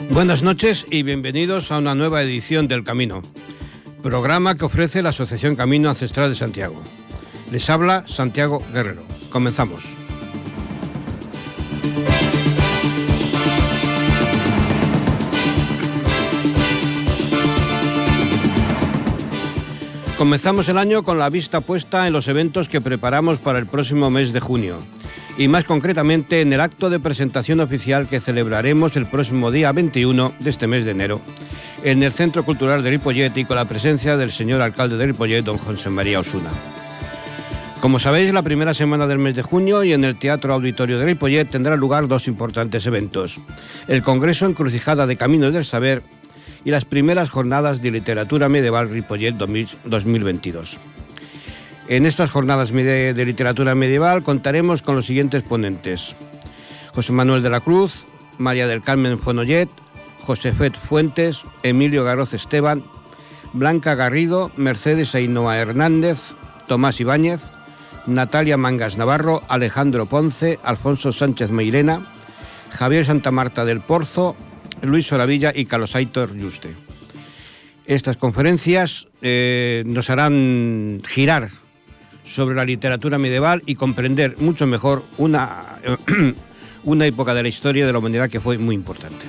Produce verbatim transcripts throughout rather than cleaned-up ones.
Buenas noches y bienvenidos a una nueva edición del Camino, programa que ofrece la Asociación Camino Ancestral de Santiago. Les habla Santiago Guerrero. Comenzamos. Comenzamos el año con la vista puesta en los eventos que preparamos para el próximo mes de junio, y más concretamente en el acto de presentación oficial que celebraremos el próximo día veintiuno de este mes de enero en el Centro Cultural de Ripollet y con la presencia del señor alcalde de Ripollet, don José María Osuna. Como sabéis, la primera semana del mes de junio y en el Teatro Auditorio de Ripollet tendrán lugar dos importantes eventos: el Congreso Encrucijada de Caminos del Saber y las primeras jornadas de literatura medieval Ripollet dos mil veintidós. En estas jornadas de literatura medieval contaremos con los siguientes ponentes: José Manuel de la Cruz, María del Carmen Fonollet, Josefet Fuentes, Emilio Garroz Esteban, Blanca Garrido, Mercedes Ainhoa Hernández, Tomás Ibáñez, Natalia Mangas Navarro, Alejandro Ponce, Alfonso Sánchez Meirena, Javier Santa Marta del Porzo, Luis Soravilla y Carlos Aitor Yuste. Estas conferencias eh, nos harán girar sobre la literatura medieval y comprender mucho mejor una, una época de la historia de la humanidad que fue muy importante.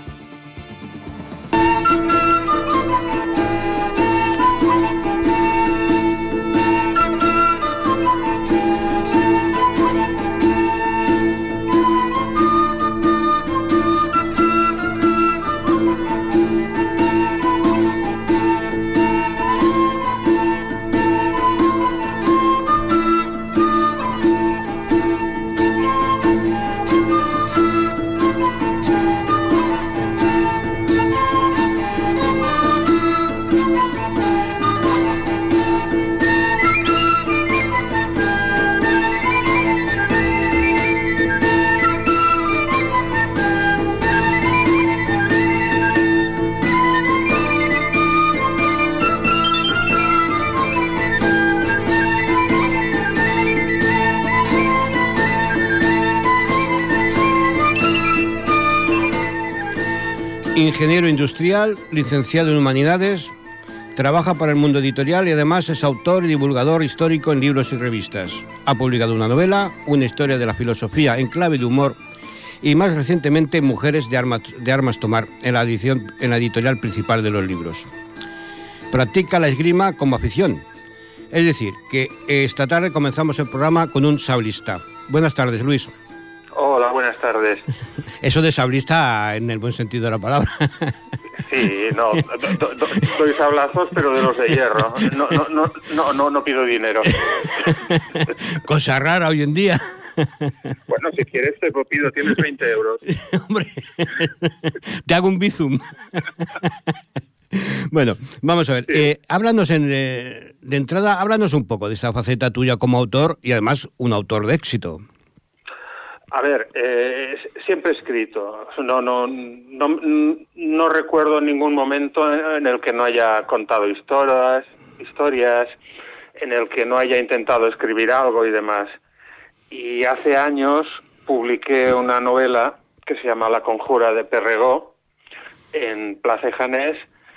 Ingeniero industrial, licenciado en Humanidades, trabaja para el mundo editorial y además es autor y divulgador histórico en libros y revistas. Ha publicado una novela, una historia de la filosofía en clave de humor y más recientemente Mujeres de Armas, de Armas Tomar en la, edición, en la editorial principal de los libros. Practica la esgrima como afición. Es decir, que esta tarde comenzamos el programa con un sablista. Buenas tardes, Luis. Hola, buenas tardes. Eso de sablista en el buen sentido de la palabra. Sí, no, do, do, doy sablazos, pero de los de hierro. No, no, no, no, no, no pido dinero. Cosa rara hoy en día. Bueno, si quieres te lo pido, tienes veinte euros. Hombre, te hago un bizum. Bueno, vamos a ver. Sí. Eh, háblanos en, eh, de entrada, háblanos un poco de esa faceta tuya como autor y además un autor de éxito. A ver, eh, siempre he escrito. No, no, no, no recuerdo ningún momento en el que no haya contado historias, historias, en el que no haya intentado escribir algo y demás. Y hace años publiqué una novela que se llama La Conjura de Perregó en Place Janés,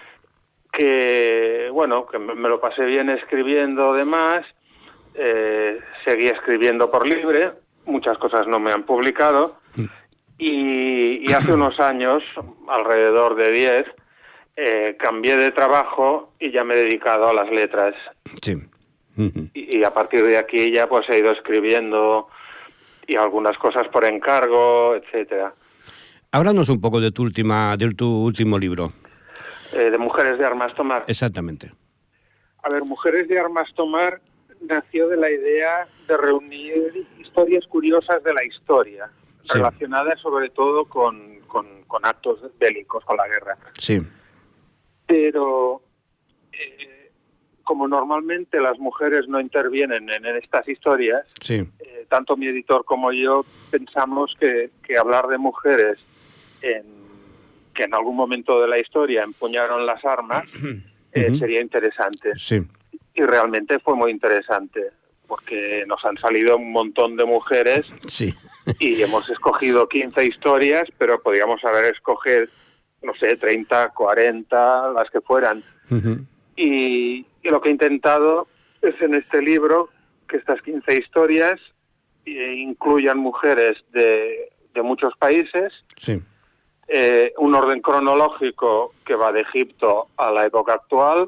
que, bueno, que me lo pasé bien escribiendo demás, eh, seguí escribiendo por libre. Muchas cosas no me han publicado y, y hace unos años, alrededor de diez, eh, cambié de trabajo y ya me he dedicado a las letras. Sí. Uh-huh. y, y a partir de aquí ya pues he ido escribiendo y algunas cosas por encargo, etcétera. Háblanos un poco de tu última, de tu último libro. Eh, de Mujeres de Armas Tomar. Exactamente. A ver, Mujeres de Armas Tomar nació de la idea de reunir historias curiosas de la historia, sí, relacionadas sobre todo con, con, con actos bélicos, con la guerra. Sí. Pero eh, como normalmente las mujeres no intervienen en, en estas historias, sí, eh, tanto mi editor como yo pensamos que, que hablar de mujeres en, que en algún momento de la historia empuñaron las armas eh, uh-huh. sería interesante. Sí. Y realmente fue muy interesante, porque nos han salido un montón de mujeres, sí, y hemos escogido quince historias, pero podríamos haber escogido no sé, treinta, cuarenta, las que fueran. Uh-huh. y, y lo que he intentado es en este libro que estas quince historias eh, incluyan mujeres de, de muchos países, sí. eh, un orden cronológico que va de Egipto a la época actual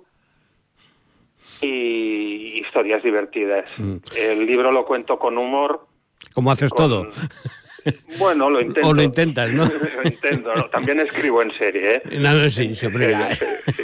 y historias divertidas. Mm. El libro lo cuento con humor. ¿Cómo haces con... todo? Bueno, lo intento. O lo intentas, ¿no? Lo intento, ¿no? También escribo en serie, ¿eh? No, no, sí, siempre la... sí, sí.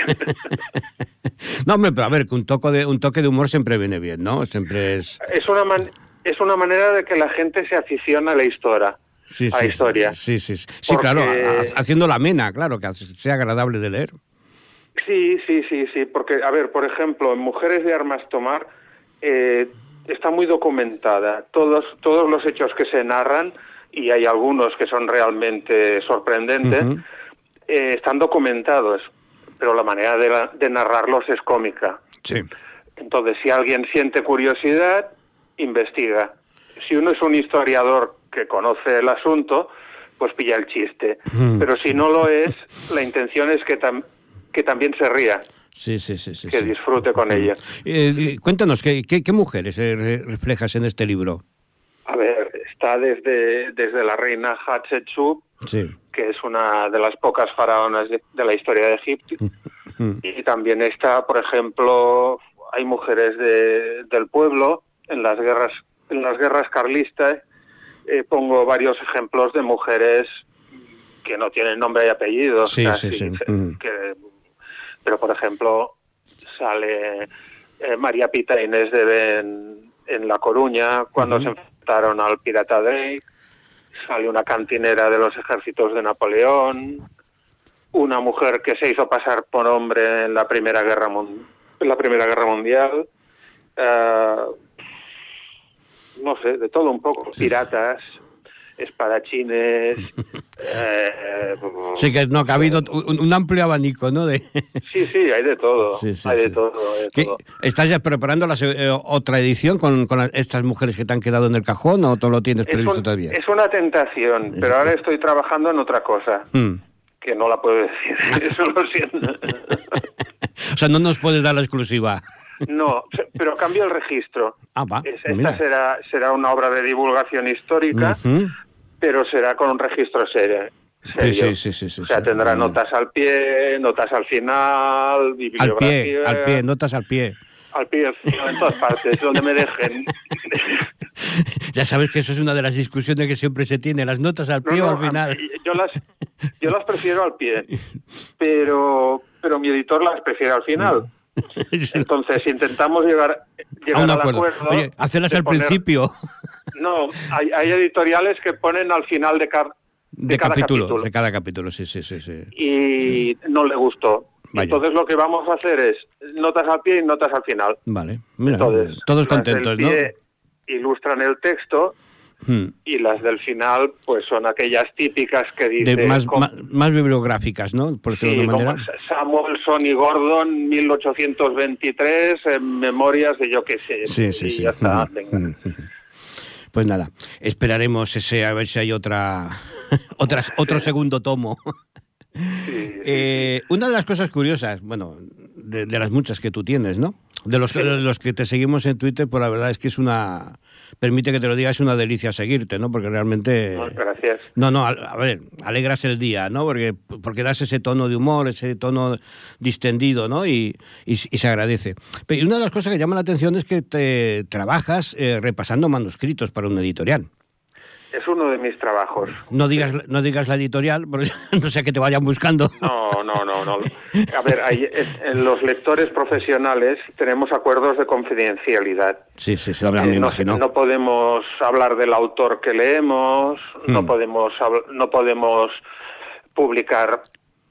No, hombre, pero a ver, que un toque de un toque de humor siempre viene bien, ¿no? Siempre es... Es una, man... es una manera de que la gente se aficione a la historia. Sí, a la sí, historia. Sí, sí, sí. Sí, porque... claro, haciéndola amena, claro, que sea agradable de leer. Sí, sí, sí, sí, porque, a ver, por ejemplo, en Mujeres de Armas Tomar eh, está muy documentada. Todos, todos los hechos que se narran, y hay algunos que son realmente sorprendentes, uh-huh. eh, están documentados, pero la manera de, la, de narrarlos es cómica. Sí. Entonces, si alguien siente curiosidad, investiga. Si uno es un historiador que conoce el asunto, pues pilla el chiste. Uh-huh. Pero si no lo es, la intención es que, tam- que también se ría. Sí, sí, sí, sí, que sí. disfrute con ella. Eh, cuéntanos, ¿qué, qué, qué mujeres eh, reflejas en este libro? A ver, está desde, desde la reina Hatshepsut, sí. que es una de las pocas faraonas de, de la historia de Egipto, y también está, por ejemplo, hay mujeres de, del pueblo en las guerras, en las guerras carlistas. Eh, pongo varios ejemplos de mujeres que no tienen nombre y apellido. Sí, casi, sí, sí. Que, pero, por ejemplo, sale eh, María Pita Inés de Ben en La Coruña, cuando uh-huh. se enfrentaron al pirata Drake. Sale una cantinera de los ejércitos de Napoleón. Una mujer que se hizo pasar por hombre en la Primera Guerra, Mun- en la Primera Guerra Mundial. Uh, no sé, de todo un poco. Piratas, espadachines... eh, sí, que no, que ha habido un, un amplio abanico, ¿no? De... Sí, sí, hay de todo. Sí, sí, hay sí. de todo, hay de todo. ¿Estás ya preparando la, eh, otra edición con, con estas mujeres que te han quedado en el cajón o tú lo tienes previsto es un, todavía? Es una tentación, es... pero ahora estoy trabajando en otra cosa. Mm. Que no la puedo decir, eso lo siento. O sea, no nos puedes dar la exclusiva. No, pero cambio el registro. Ah, va. Esta mira. será será una obra de divulgación histórica, uh-huh. pero será con un registro serio. Sí, sí, sí, sí, sí. O sea, sí, tendrá sí. notas al pie, notas al final, bibliografía... Al pie, al pie, notas al pie. Al pie, en todas partes, donde me dejen. Ya sabes que eso es una de las discusiones que siempre se tiene, las notas al pie no, no, o al final. Yo las, yo las prefiero al pie, pero, pero mi editor las prefiere al final. Entonces intentamos llegar, llegar a un al acuerdo. acuerdo. Oye, hacerlas al poner... principio. No, hay, hay editoriales que ponen al final de, car... de, de cada capítulo, capítulo. De cada capítulo, sí, sí, sí. sí. Y no le gustó. Vaya. Entonces lo que vamos a hacer es notas al pie y notas al final. Vale, mira, Entonces, todos contentos, ¿no? Ilustran el texto. Hmm. Y las del final, pues son aquellas típicas que dicen... De más, más, más bibliográficas, ¿no? Por decirlo sí, de alguna manera. Samuelson y Gordon, mil ochocientos veintitrés, en memorias de yo qué sé. Sí, sí, y sí. ya está. Hmm. Pues nada, esperaremos ese, a ver si hay otra, otras, otro segundo tomo. Sí, sí, eh, sí. Una de las cosas curiosas, bueno, de, de las muchas que tú tienes, ¿no? De los, sí. de los que te seguimos en Twitter, pues la verdad es que es una... Permite que te lo diga, es una delicia seguirte, ¿no? Porque realmente... No, gracias. No, no, a, a ver, alegras el día, ¿no? Porque, porque das ese tono de humor, ese tono distendido, ¿no? Y, y, y se agradece. Pero una de las cosas que llama la atención es que te trabajas eh, repasando manuscritos para un editorial. Es uno de mis trabajos. No digas, no digas la editorial, porque no sé que te vayan buscando. No, no, no, no. A ver, hay, en los lectores profesionales tenemos acuerdos de confidencialidad. Sí, sí, sí, lo me imagino. No, no podemos hablar del autor que leemos, hmm. no podemos no podemos publicar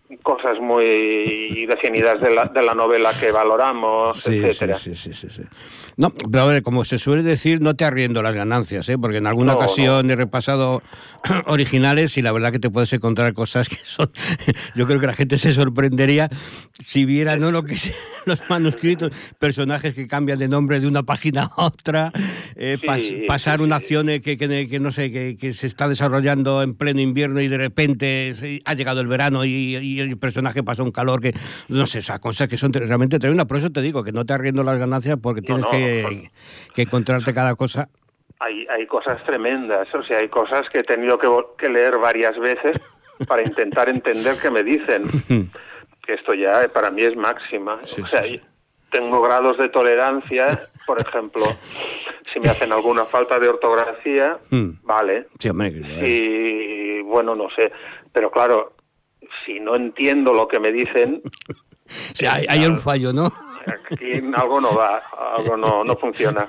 cosas muy definidas de la, de la novela que valoramos, sí, etcétera. Sí, sí, sí, sí, sí. No, pero a ver, como se suele decir, no te arriendo las ganancias, ¿eh? Porque en alguna No, ocasión no. he repasado originales y la verdad que te puedes encontrar cosas que son... Yo creo que la gente se sorprendería si viera, ¿no?, lo que es los manuscritos, personajes que cambian de nombre de una página a otra, eh, Sí, pas, pasar sí, una sí. acción que, que, que no sé, que, que se está desarrollando en pleno invierno y de repente se, ha llegado el verano y, y el personaje pasa un calor que, no sé, o sea, cosas que son realmente tremendas. Por eso te digo que no te arriendo las ganancias porque No, tienes no, que, son- que encontrarte cada cosa. Hay, hay cosas tremendas, o sea, hay cosas que he tenido que, vo- que leer varias veces para intentar entender qué me dicen. Que esto ya eh, para mí es máxima. Sí, O sea, sí, sí. tengo grados de tolerancia, por ejemplo, si me hacen alguna falta de ortografía, Mm. vale. Sí, hombre, que- Si, bueno, no sé, pero claro, si no entiendo lo que me dicen, sí, hay, hay un fallo, ¿no? aquí algo no va, algo no, no funciona.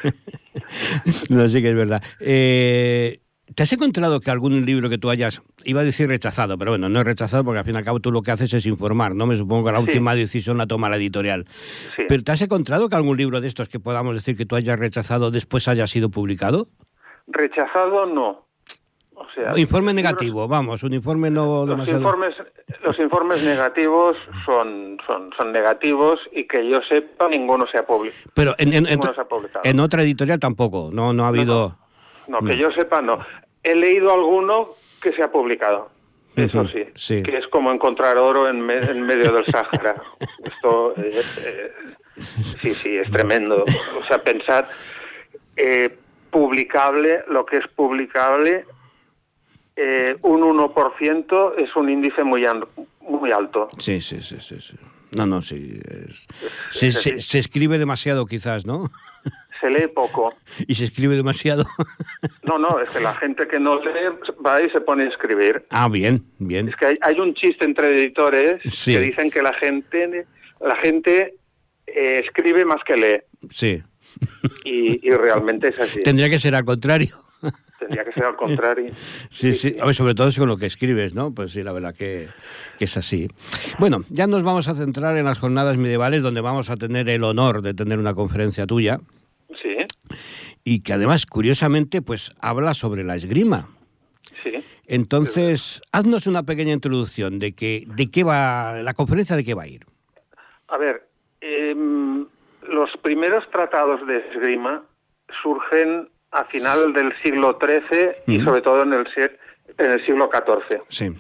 No, sí que es verdad. Eh, ¿Te has encontrado que algún libro que tú hayas, iba a decir rechazado, pero bueno, no es rechazado porque al fin y al cabo tú lo que haces es informar, ¿no? Me supongo que la Sí. última decisión la toma la editorial. Sí. ¿Pero te has encontrado que algún libro de estos que podamos decir que tú hayas rechazado después haya sido publicado? Rechazado no. O sea, Informe libros- negativo, vamos, un informe no Los demasiado... informes, los informes negativos son, son, son negativos y que yo sepa ninguno se ha publicado. Pero en, en, en, Ninguno se ha publicado. en otra editorial tampoco, no, no ha habido... No, que yo sepa no. He leído alguno que se ha publicado, eso Ujú, sí, sí. que es como encontrar oro en, me- en medio del Sáhara. Esto, eh, eh, sí, sí, es tremendo. O sea, pensar eh, publicable, lo que es publicable, eh, un uno por ciento es un índice muy, an- muy alto. Sí, sí, sí, sí, sí. No, no, sí. Es... Se, Es se, decir, se escribe demasiado quizás, ¿no? se lee poco. Y se escribe demasiado. No, no, es que la gente que no lee va y se pone a escribir. Ah, bien, bien. Es que hay, hay un chiste entre editores Sí. que dicen que la gente la gente eh, escribe más que lee. Sí. Y, y realmente es así. Tendría que ser al contrario. Tendría que ser al contrario. Sí, sí. A ver, sobre todo con lo que escribes, ¿no? Pues sí, la verdad que, que es así. Bueno, ya nos vamos a centrar en las jornadas medievales, donde vamos a tener el honor de tener una conferencia tuya. Sí, Y que además, curiosamente, pues habla sobre la esgrima. sí. Entonces, haznos una pequeña introducción de que, de qué va, la conferencia de qué va a ir. A ver, em, los primeros tratados de esgrima surgen a final del siglo trece y Ujú. sobre todo en el, si- en el siglo catorce. Sí.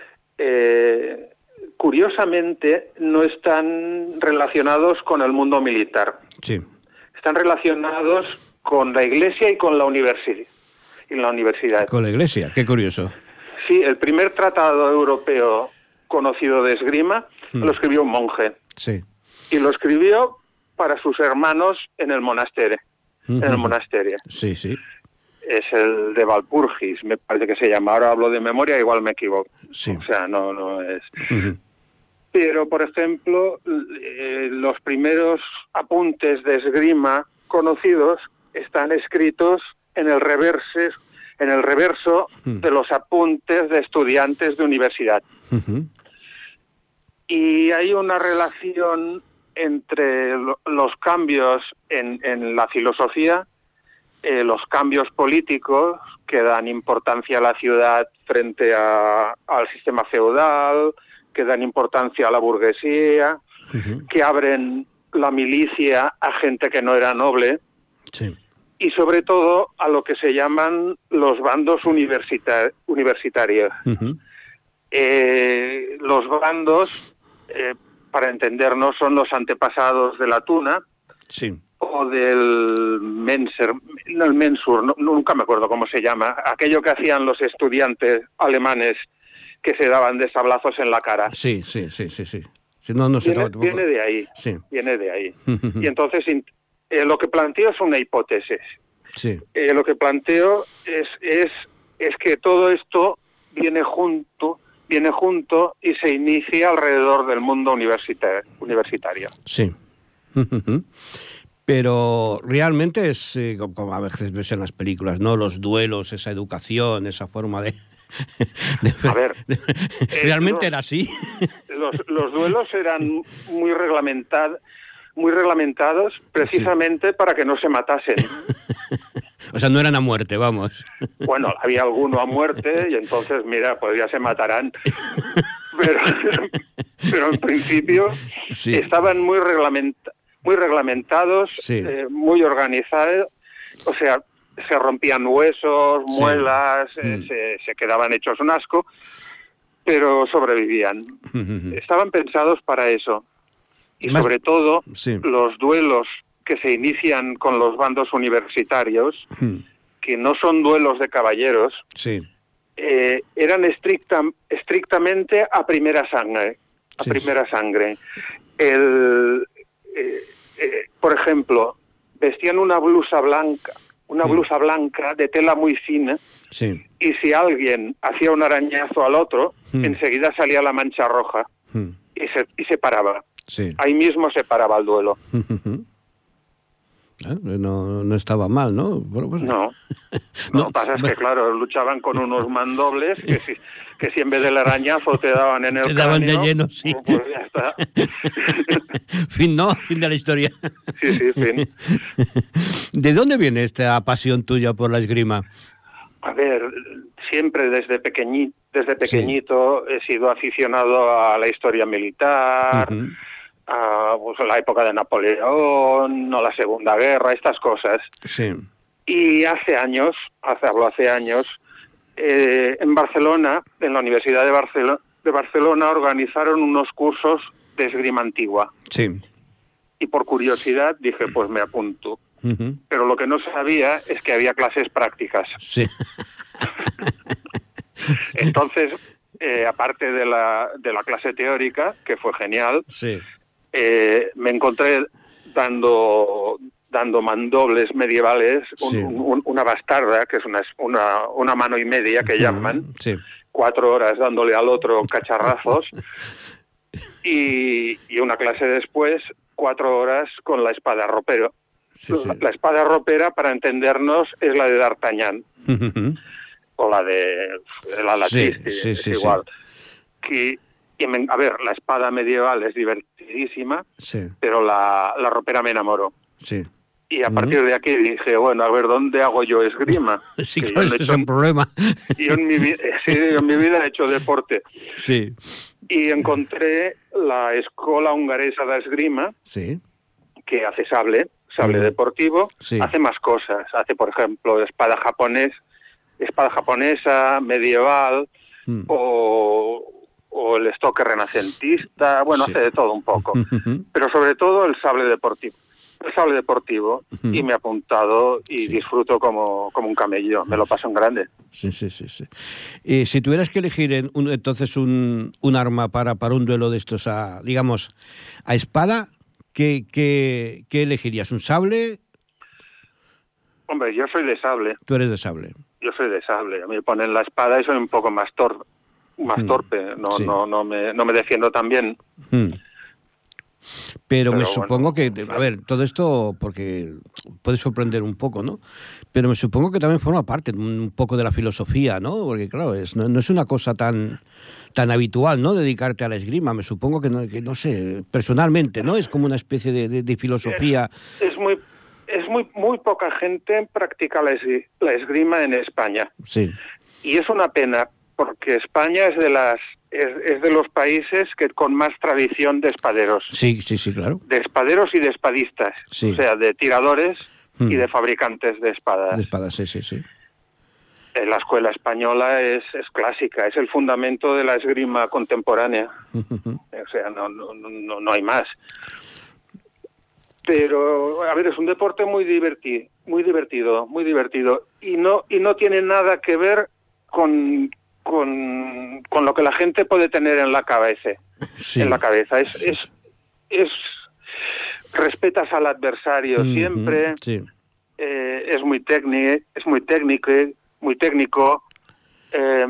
Eh, curiosamente, no están relacionados con el mundo militar. Sí. Están relacionados con la Iglesia y con la universidad. Y la universidad. Con la Iglesia, qué curioso. Sí, el primer tratado europeo conocido de esgrima Mm. lo escribió un monje. Sí. Y lo escribió para sus hermanos en el monasterio. En el Ujú. monasterio. Sí, sí. Es el de Valpurgis, me parece que se llama. Ahora hablo de memoria, igual me equivoco. Sí. O sea, no, no es... Ujú. Pero, por ejemplo, eh, los primeros apuntes de esgrima conocidos están escritos en el reverse, en el reverso Mm. de los apuntes de estudiantes de universidad. Ujú. Y hay una relación entre lo- los cambios en, en la filosofía, eh, los cambios políticos que dan importancia a la ciudad frente a- al sistema feudal, que dan importancia a la burguesía, Ujú. que abren la milicia a gente que no era noble Sí. y sobre todo a lo que se llaman los bandos universita- universitarios. Ujú. Eh, los bandos, eh, para entendernos, son los antepasados de la Tuna Sí. o del Menser, no, el Mensur, no- nunca me acuerdo cómo se llama, aquello que hacían los estudiantes alemanes que se daban de sablazos en la cara. Sí, sí, sí, sí, sí. Si no, no se Viene, acaba tampoco. viene de ahí, Sí. viene de ahí. Y entonces in- eh, lo que planteo es una hipótesis. Sí. Eh, lo que planteo es, es, es que todo esto viene junto, viene junto y se inicia alrededor del mundo universita- universitario. Sí. Ujú. Pero realmente es, eh, como- como a veces ves en las películas, ¿no? Los duelos, esa educación, esa forma de, A ver, realmente eh, era así. Los, los duelos eran muy reglamentados, muy reglamentados precisamente sí. para que no se matasen. O sea, no eran a muerte, vamos. Bueno, había alguno a muerte y entonces, mira, pues ya se matarán. Pero, pero en principio sí. estaban muy, reglament, muy reglamentados, sí. eh, muy organizados. O sea, se rompían huesos, sí. muelas, mm. eh, se, se quedaban hechos un asco, pero sobrevivían. Estaban pensados para eso. Y Más, sobre todo, sí. los duelos que se inician con los bandos universitarios, hmm. que no son duelos de caballeros, sí. eh, eran estricta, estrictamente a primera sangre. A sí, primera sí. sangre. El, eh, eh, por ejemplo, vestían una blusa blanca, una hmm. blusa blanca de tela muy fina, sí. y si alguien hacía un arañazo al otro, hmm. enseguida salía la mancha roja hmm. y, se, y se paraba. Sí. Ahí mismo se paraba el duelo. No, no estaba mal, ¿no? Bueno, pues... No. Lo no. que pasa es que, claro, luchaban con unos mandobles que si, que si en vez del arañazo te daban en el te daban cráneo, de lleno, sí. Pues ya está. Fin, ¿no? Fin de la historia. Sí, sí, fin. ¿De dónde viene esta pasión tuya por la esgrima? A ver, siempre desde pequeñito, desde pequeñito sí. he sido aficionado a la historia militar, uh-huh. a pues, la época de Napoleón, a la Segunda Guerra, estas cosas. Sí. Y hace años, hace, hablo hace años, eh, en Barcelona, en la Universidad de, Barcelo- de Barcelona, organizaron unos cursos de esgrima antigua. Sí. Y por curiosidad dije, pues me apunto. Uh-huh. Pero lo que no sabía es que había clases prácticas. Sí. Entonces, eh, aparte de la, de la clase teórica, que fue genial, sí. eh, me encontré dando, dando mandobles medievales, un, sí. un, una bastarda, que es una, una, una mano y media que uh-huh. llaman, sí. cuatro horas dándole al otro cacharrazos, y, y una clase después, cuatro horas con la espada ropero. Sí, sí. La, la espada ropera, para entendernos, es la de D'Artagnan. Uh-huh. O la de la Lachiste, sí, sí, es sí, igual. Sí. Que, y me, a ver, la espada medieval es divertidísima, sí. pero la, la ropera me enamoró. Sí. Y a uh-huh. partir de aquí dije, bueno, a ver, ¿dónde hago yo esgrima? Sí, claro, ese es un problema. Yo en mi, sí, en mi vida he hecho deporte. Sí. Y encontré la Escola Hungaresa de Esgrima, sí. que hace sable, sable uh-huh. deportivo, sí. hace más cosas. Hace, por ejemplo, espada japonés, espada japonesa, medieval, mm. o, o el estoque renacentista, bueno, sí. hace de todo un poco. Uh-huh. Pero sobre todo el sable deportivo. El sable deportivo, uh-huh. y me he apuntado y sí. disfruto como, como un camello, me lo paso en grande. Sí, sí, sí. sí. Y si tuvieras que elegir en un, entonces un, un arma para, para un duelo de estos, a, digamos, a espada, ¿qué, qué, qué elegirías? ¿Un sable? Hombre, yo soy de sable. Tú eres de sable. Yo soy de sable. A mí me ponen la espada y soy un poco más, tor- más mm. torpe. No, sí. no, no, me, no me defiendo tan bien. Mm. Pero, Pero me bueno. supongo que, a ver, todo esto, porque puede sorprender un poco, ¿no? Pero me supongo que también forma parte un poco de la filosofía, ¿no? Porque claro, es, no, no es una cosa tan, tan habitual, ¿no? Dedicarte a la esgrima. Me supongo que no, que no sé, personalmente, ¿no? Es como una especie de, de, de filosofía. Es, es muy... Es muy muy poca gente practica la, es, la esgrima en España. Sí. Y es una pena, porque España es de las es, es de los países que con más tradición de espaderos. Sí, sí, sí, claro. De espaderos y de espadistas. Sí. O sea, de tiradores hmm. y de fabricantes de espadas. De espadas, sí, sí, sí. La escuela española es, es clásica, es el fundamento de la esgrima contemporánea. Uh-huh. O sea, no, no, no, no hay más. Pero, a ver, es un deporte muy divertido, muy divertido, muy divertido. Y no y no tiene nada que ver con, con, con lo que la gente puede tener en la cabeza. Sí. En la cabeza. Es, sí. es, es respetas al adversario mm-hmm. siempre. Sí. Eh, es muy técnico, es muy técnico, muy técnico. Eh,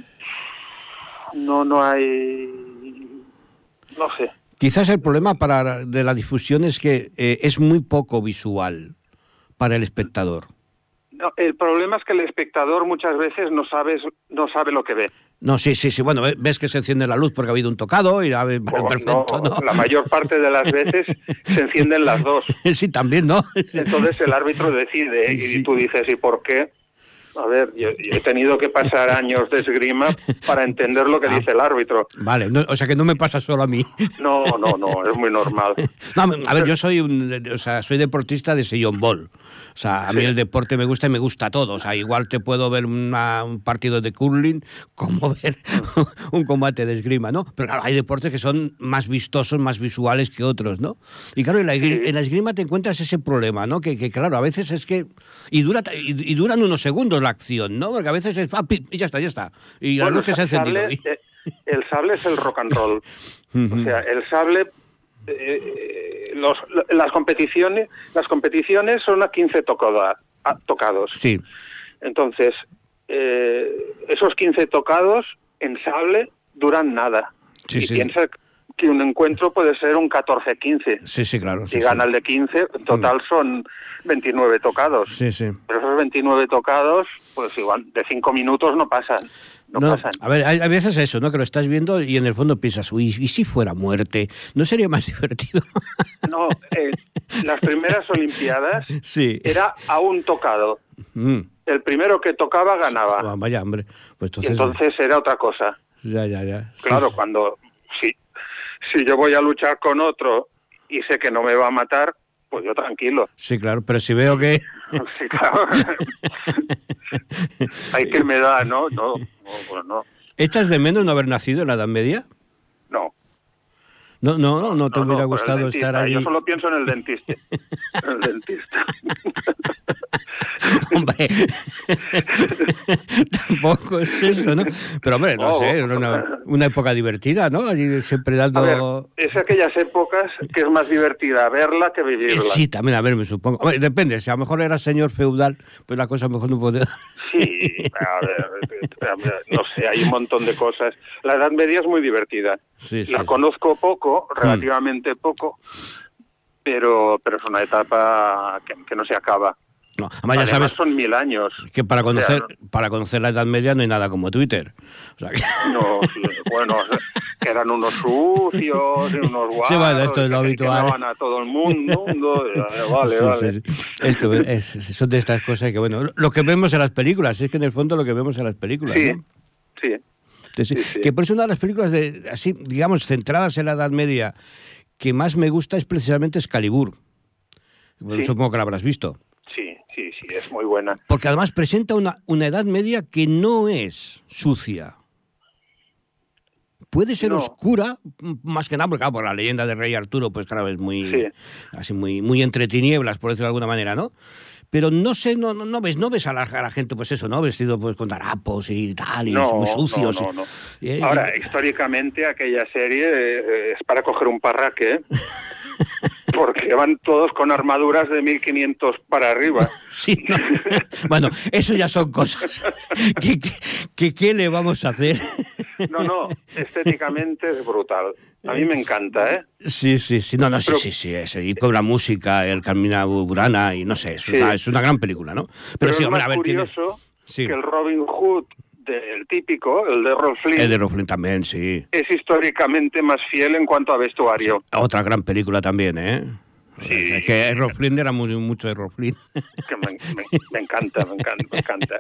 no, no hay, no sé. Quizás el problema para de la difusión es que eh, es muy poco visual para el espectador. No, el problema es que el espectador muchas veces no sabe, no sabe lo que ve. No, sí, sí, sí. Bueno, ves que se enciende la luz porque ha habido un tocado y ya ves, Oh, perfecto, no, ¿no? La mayor parte de las veces se encienden las dos. Sí, también, ¿no? Entonces el árbitro decide Sí. y tú dices, ¿y por qué? A ver, yo, yo he tenido que pasar años de esgrima para entender lo que Ah. dice el árbitro. Vale, no, o sea que no me pasa solo a mí. No, no, no, es muy normal. No, a ver, yo soy un, o sea, soy deportista de sillón ball. O sea, a mí Sí. el deporte me gusta y me gusta todo. O sea, igual te puedo ver una, un partido de curling como ver un combate de esgrima, ¿no? Pero claro, hay deportes que son más vistosos, más visuales que otros, ¿no? Y claro, en la, Sí. en la esgrima te encuentras ese problema, ¿no? Que, que claro, a veces es que... Y, dura, y, y duran unos segundos la acción, ¿no? Porque a veces es... Ah, pi, y ya está, ya está. Y la Bueno, luz que se ha encendido. sable, eh, el sable es el rock and roll. O sea, el sable... Eh, los, las competiciones las competiciones son a quince tocada, a, tocados. Sí. Entonces, eh, esos quince tocados en sable duran nada. Sí, y sí. piensa que un encuentro puede ser un catorce quince. Sí, sí, claro. Si Sí, gana sí. el de quince, en total son veintinueve tocados. Sí, sí. Pero esos veintinueve tocados, pues igual, de cinco minutos no pasan. No, No, pasan. a ver, hay, hay veces eso, ¿no? Que lo estás viendo y en el fondo piensas, uy, ¿y si fuera muerte? ¿No sería más divertido? No, eh, las primeras Olimpiadas Sí. era a un tocado. Mm. El primero que tocaba ganaba. Ah, vaya, hombre. Pues Y entonces... entonces era otra cosa. Ya, ya, ya. Sí, Claro, sí. cuando... Si, si yo voy a luchar con otro y sé que no me va a matar, pues yo tranquilo. Sí, claro, pero si veo que... Sí, claro. Hay que me da, ¿no? No, no, pues no. ¿Echas de menos no haber nacido en la Edad Media? No. No, no, no, no te No, no, hubiera por el gustado dentista. estar allí. Yo solo pienso en el dentista. En el dentista. Hombre, tampoco es eso, ¿no? Pero hombre, no Oh. sé, era una, una época divertida, ¿no? Allí siempre A ver, dando... es aquellas épocas que es más divertida verla que Eh, vivirla. Sí, también, a ver, me supongo. Hombre, depende, si a lo mejor era señor feudal, pues la cosa a lo mejor no podía... Sí, a ver, a ver, no sé, hay un montón de cosas. La Edad Media es muy divertida. Sí, sí, La sí. conozco poco, relativamente poco, pero pero es una etapa que, que no se acaba. No, además ya Además sabes son mil años. que para O sea, conocer para conocer la Edad Media no hay nada como Twitter. O sea, que... No, sí, bueno, que eran unos sucios, y unos guarros, Sí, bueno, esto es lo que habitual. quemaban a todo el mundo, mundo, eh, vale, Sí, vale. sí, sí. Esto es, son de estas cosas que, bueno, lo que vemos en las películas, es que en el fondo lo que vemos en las películas, Sí, ¿no? sí. Sí, sí. Sí, sí. Que por eso una de las películas, de así, digamos, centradas en la Edad Media, que más me gusta es precisamente Excalibur. Bueno, Sí. supongo que la habrás visto. Sí, sí, sí, es muy buena. Porque además presenta una, una Edad Media que no es sucia. Puede ser No. oscura, m- más que nada, porque claro, por la leyenda del rey Arturo, pues claro, es muy, Sí. así muy, muy entre tinieblas, por decirlo de alguna manera, ¿no? Pero no sé, no, no, no ves, no ves a la, a la gente, pues eso, ¿no? Vestido pues con harapos y tal, y No, muy sucios. no, no, no. y- y- Ahora, históricamente aquella serie eh, es para coger un parraque, porque van todos con armaduras de mil quinientos para arriba. Sí, no. Bueno, eso ya son cosas. ¿Qué, qué, qué, qué le vamos a hacer? No, no, estéticamente es brutal. A mí me encanta, ¿eh? Sí, sí, sí, no, no, sí, Pero- sí, sí, es, y con la música, el Carmina Burana, y no sé, es, Sí. una, es una gran película, ¿no? Pero, Pero sí, es hombre, más a ver, tiene... curioso Sí. que el Robin Hood del típico, el de Errol Flynn, El de Roflin también, sí. es históricamente más fiel en cuanto a vestuario. Otra gran película también, ¿eh? Sí. Es que Errol Flynn era muy, mucho Errol Flynn. Que me, me- me encanta, me encanta, me encanta.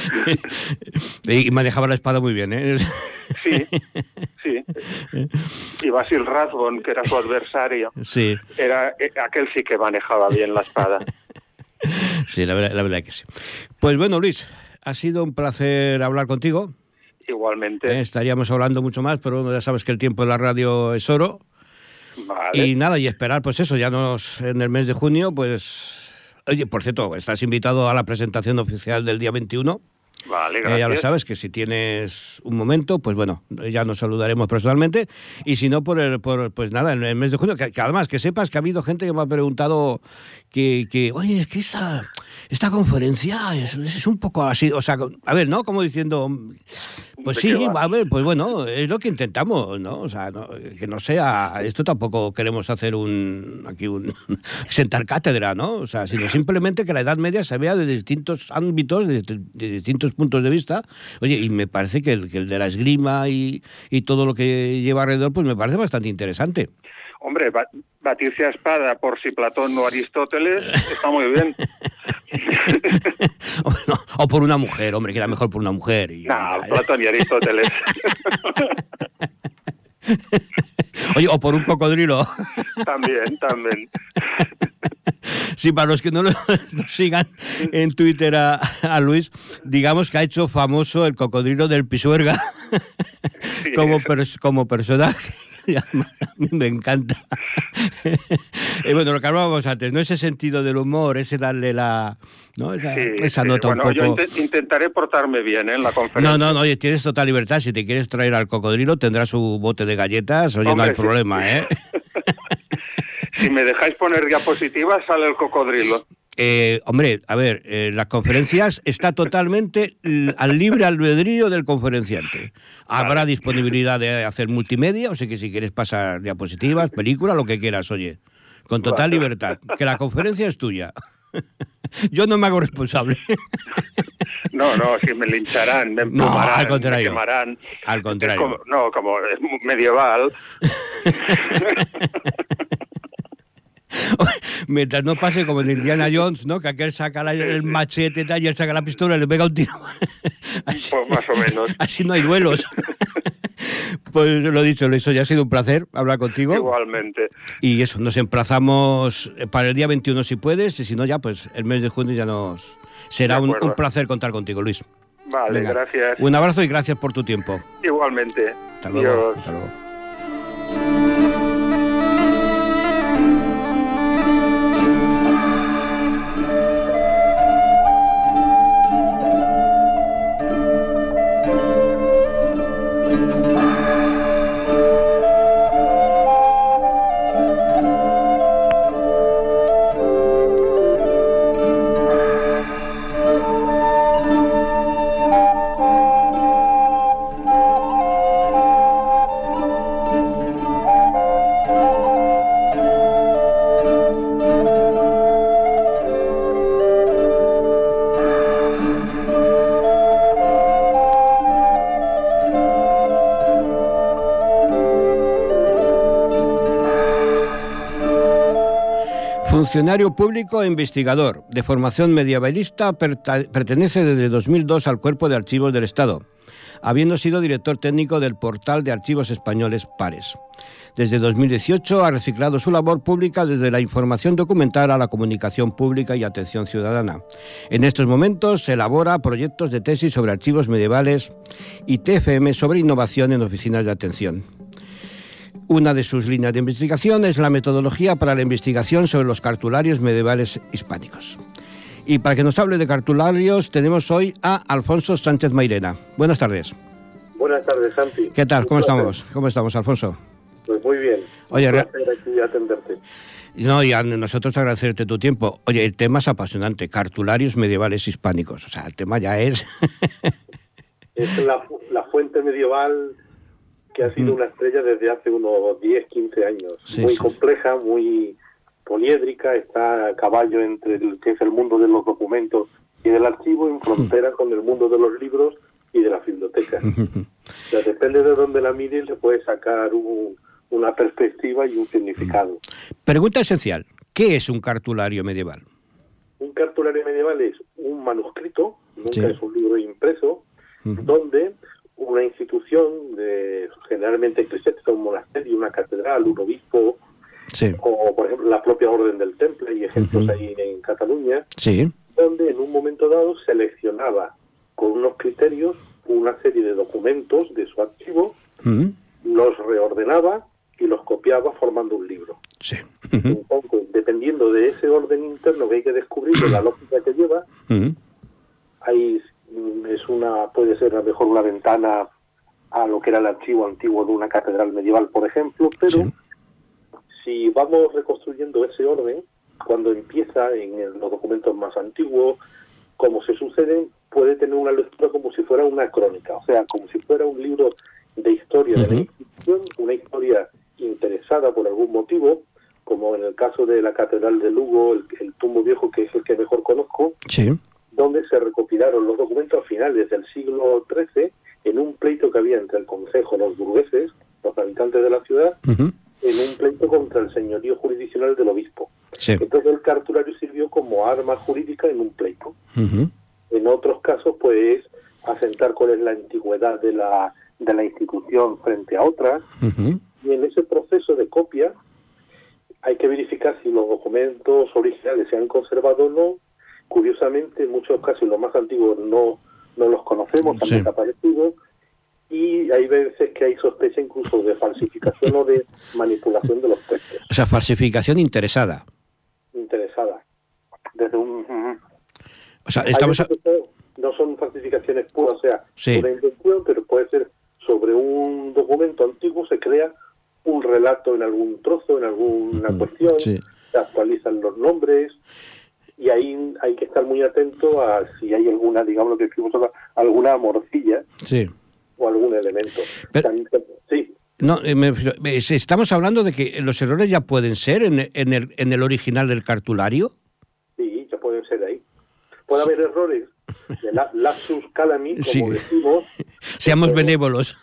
Y manejaba la espada muy bien, ¿eh? Sí, sí. Y Basil Rathbone, que era su adversario, Sí, era eh, aquel sí que manejaba bien la espada. sí, la verdad, la verdad que sí. Pues bueno, Luis, ha sido un placer hablar contigo. Igualmente. Eh, estaríamos hablando mucho más, pero bueno, ya sabes que el tiempo en la radio es oro. Vale. Y nada, y esperar, pues eso, ya nos en el mes de junio, pues... Oye, por cierto, estás invitado a la presentación oficial del día veintiuno. Vale, Eh, gracias. ya lo sabes, que si tienes un momento, pues bueno, ya nos saludaremos personalmente. Y si no, por, el, por pues nada, en el mes de junio, que, que además que sepas que ha habido gente que me ha preguntado que, que oye, es que esa, esta conferencia es, es un poco así, o sea, a ver, ¿no? Como diciendo, pues sí, a ver, pues bueno, es lo que intentamos, ¿no? O sea, no, que no sea, esto tampoco queremos hacer un, aquí un, sentar cátedra, ¿no? O sea, sino simplemente que la Edad Media se vea de distintos ámbitos, de, de distintos puntos de vista. Oye, y me parece que el, que el de la esgrima y, y todo lo que lleva alrededor, pues me parece bastante interesante. Hombre, batirse a espada por si Platón o Aristóteles está muy bien. o, no, o por una mujer, hombre, que era mejor por una mujer. Y, no, ya, Platón y Aristóteles. Oye, o por un cocodrilo. También, también. Sí, para los que no lo no sigan en Twitter a, a Luis, digamos que ha hecho famoso el cocodrilo del Pisuerga sí, como, pers como personaje. A mí me encanta. Y bueno, lo que hablábamos antes, ¿no? Ese sentido del humor, ese darle la... ¿no? Esa, sí, esa sí. nota Bueno, un poco... yo int intentaré portarme bien, ¿eh? En la conferencia. No, no, no, oye, tienes total libertad. Si te quieres traer al cocodrilo, tendrás su bote de galletas. Oye, Hombre, no hay sí. problema, ¿eh? Si me dejáis poner diapositivas, sale el cocodrilo. Eh, hombre, a ver, eh, las conferencias está totalmente al libre albedrío del conferenciante. Habrá vale. disponibilidad de hacer multimedia, o sea que si quieres pasar diapositivas, película, lo que quieras, oye, con total vale. libertad. Que la conferencia es tuya. Yo no me hago responsable. No, no, si me lincharán, me emplumarán, no, al contrario, me quemarán. Al contrario. Como, no, como es medieval. Mientras no pase como en Indiana Jones, ¿no? Que aquel saca la, el machete y él saca la pistola y le pega un tiro. Así, pues más o menos. Así no hay duelos. Pues lo dicho, Luis, ya ha sido un placer hablar contigo. Igualmente. Y eso, nos emplazamos para el día veintiuno si puedes, y si no ya, pues el mes de junio ya nos... Será un, un placer contar contigo, Luis. Vale, Venga. gracias. Un abrazo y gracias por tu tiempo. Igualmente. Hasta luego. Dios. Hasta luego. Funcionario público e investigador, de formación medievalista, pertenece desde dos mil dos al Cuerpo de Archivos del Estado, habiendo sido director técnico del portal de archivos españoles Pares. Desde dos mil dieciocho ha reciclado su labor pública desde la información documental a la comunicación pública y atención ciudadana. En estos momentos se elabora proyectos de tesis sobre archivos medievales y T F M sobre innovación en oficinas de atención. Una de sus líneas de investigación es la metodología para la investigación sobre los cartularios medievales hispánicos. Y para que nos hable de cartularios tenemos hoy a Alfonso Sánchez Mairena. Buenas tardes. Buenas tardes, Santi. ¿Qué tal? ¿Cómo estamos? ¿Cómo estamos, Alfonso? Pues muy bien. Oye, un placer aquí atenderte. No, y a nosotros agradecerte tu tiempo. Oye, el tema es apasionante, cartularios medievales hispánicos. O sea, el tema ya es... es la, la fuente medieval que ha sido una estrella desde hace unos diez, quince años. Sí, muy sí. compleja, muy poliédrica, está a caballo entre el que es el mundo de los documentos y del archivo, en frontera con el mundo de los libros y de la biblioteca. O sea, depende de dónde la mires, le puedes sacar un, una perspectiva y un significado. Pregunta esencial, ¿qué es un cartulario medieval? Un cartulario medieval es un manuscrito, nunca sí. es un libro impreso, uh-huh. donde una institución, de generalmente eclesiástica, un monasterio, una catedral, un obispo, sí. o por ejemplo la propia Orden del Temple, y ejemplos uh-huh. ahí en Cataluña, sí. donde en un momento dado seleccionaba con unos criterios una serie de documentos de su archivo, uh-huh. los reordenaba y los copiaba formando un libro. Sí. Uh-huh. Un poco, dependiendo de ese orden interno que hay que descubrir, de la lógica que lleva, uh-huh. hay... es una puede ser a lo mejor una ventana a lo que era el archivo antiguo de una catedral medieval, por ejemplo, pero sí. si vamos reconstruyendo ese orden, cuando empieza en los documentos más antiguos, como se suceden, puede tener una lectura como si fuera una crónica, o sea, como si fuera un libro de historia uh-huh. de la institución, una historia interesada por algún motivo, como en el caso de la Catedral de Lugo, el, el Tumbo Viejo, que es el que mejor conozco, sí. donde se recopilaron los documentos finales del siglo trece en un pleito que había entre el concejo, los burgueses, los habitantes de la ciudad, uh-huh. en un pleito contra el señorío jurisdiccional del obispo. Sí. Entonces el cartulario sirvió como arma jurídica en un pleito. Uh-huh. En otros casos, pues, asentar cuál es la antigüedad de la, de la institución frente a otras, uh-huh. y en ese proceso de copia hay que verificar si los documentos originales se han conservado o no. Curiosamente, en muchos casos, los más antiguos no, no los conocemos, han sí. desaparecido, y hay veces que hay sospecha incluso de falsificación o de manipulación de los textos. O sea, falsificación interesada. Interesada. Desde un... O sea, estamos... A... No son falsificaciones puras, o sea, sí. una intención, pero puede ser sobre un documento antiguo, se crea un relato en algún trozo, en alguna uh-huh. cuestión, sí. se actualizan los nombres, y ahí hay que estar muy atento a si hay alguna, digamos lo que escribimos ahora, alguna morcilla sí. o algún elemento. Pero... También, sí. No, eh, me, estamos hablando de que los errores ya pueden ser en, en, el, en el original del cartulario. Sí, ya pueden ser ahí. Puede haber errores de la, lapsus calami, como sí. decimos. Seamos pero, benévolos.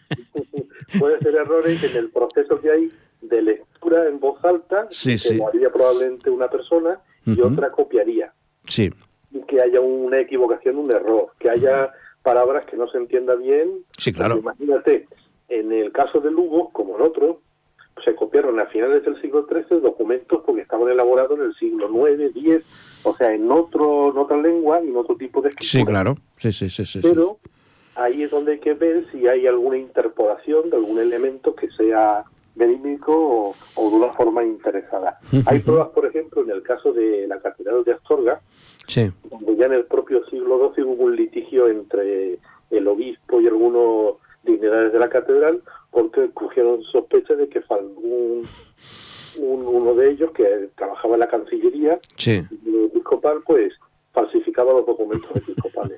Puede ser errores en el proceso que hay de lectura en voz alta, sí, que sí. lo haría probablemente una persona y uh-huh. otra copiaría. Sí. Y que haya una equivocación, un error, que haya palabras que no se entienda bien. Sí, claro. Imagínate, en el caso de Lugo, como en otro, se copiaron a finales del siglo trece documentos porque estaban elaborados en el siglo nueve, diez, o sea, en otro en otra lengua y en otro tipo de escritura. Sí, claro. Sí, sí, sí, sí. Pero ahí es donde hay que ver si hay alguna interpolación de algún elemento que sea verídico o, o de una forma interesada. Hay pruebas, por ejemplo, en el caso de la Catedral de Astorga, sí. donde ya en el propio siglo doce hubo un litigio entre el obispo y algunos dignidades de la catedral, porque cogieron sospecha de que un, un, uno de ellos, que trabajaba en la Cancillería sí. episcopal, pues falsificaba los documentos episcopales.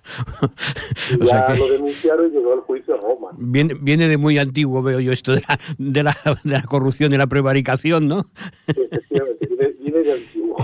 Y o ya sea que lo denunciaron y llegó al juicio a Roma. Viene, viene de muy antiguo, veo yo, esto de la, de la, de la corrupción y la prevaricación, ¿no? Sí, efectivamente, viene, viene de antiguo.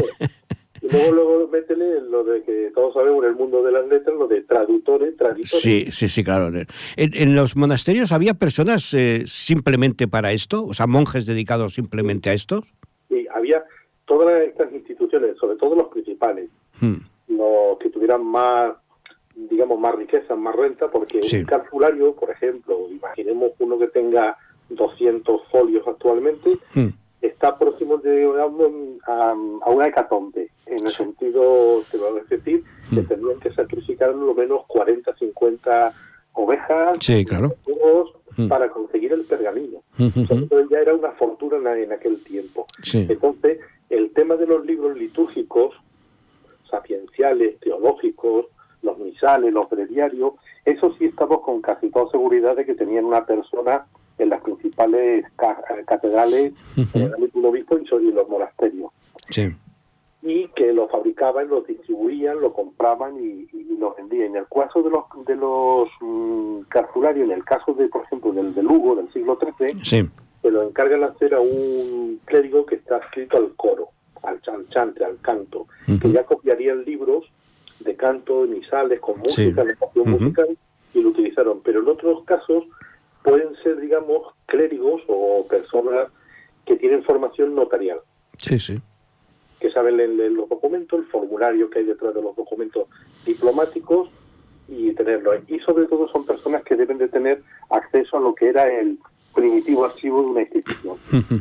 Y luego, luego métele lo de que todos sabemos en el mundo de las letras, lo de traductores, traditores. Sí, sí, sí, claro. En, en los monasterios había personas eh, simplemente para esto, o sea, monjes dedicados simplemente a esto. Sí, había todas estas instituciones, sobre todo los principales, hmm. los que tuvieran más, digamos, más riqueza, más renta, porque sí. un cartulario, por ejemplo, imaginemos uno que tenga doscientos folios actualmente, hmm. está próximo de, a, a una hecatombe, en el sentido, te voy a decir, mm. que tendrían que sacrificar lo menos cuarenta, cincuenta ovejas, sí, claro. burros, mm. para conseguir el pergamino. Mm-hmm. Entonces ya era una fortuna en, en aquel tiempo. Sí. Entonces, el tema de los libros litúrgicos, sapienciales, teológicos, los misales, los breviarios, eso sí estamos con casi toda seguridad de que tenían una persona en las principales ca- catedrales, uh-huh. en el ámbito del obispo y en los monasterios. Sí. Y que lo fabricaban, lo distribuían, lo compraban y, y lo vendían. En el caso de los de los mmm, cartularios, en el caso de, por ejemplo, del de Lugo, del siglo trece, sí. se lo encargan hacer a un clérigo que está adscrito al coro, al chante, al canto, uh-huh. que ya copiarían libros de canto, de misales, con música, sí. notación uh-huh. musical, y lo utilizaron. Pero en otros casos pueden ser, digamos, clérigos o personas que tienen formación notarial. Sí, sí. Que saben leer, leer los documentos, el formulario que hay detrás de los documentos diplomáticos y tenerlo. Y sobre todo son personas que deben de tener acceso a lo que era el primitivo archivo de una institución.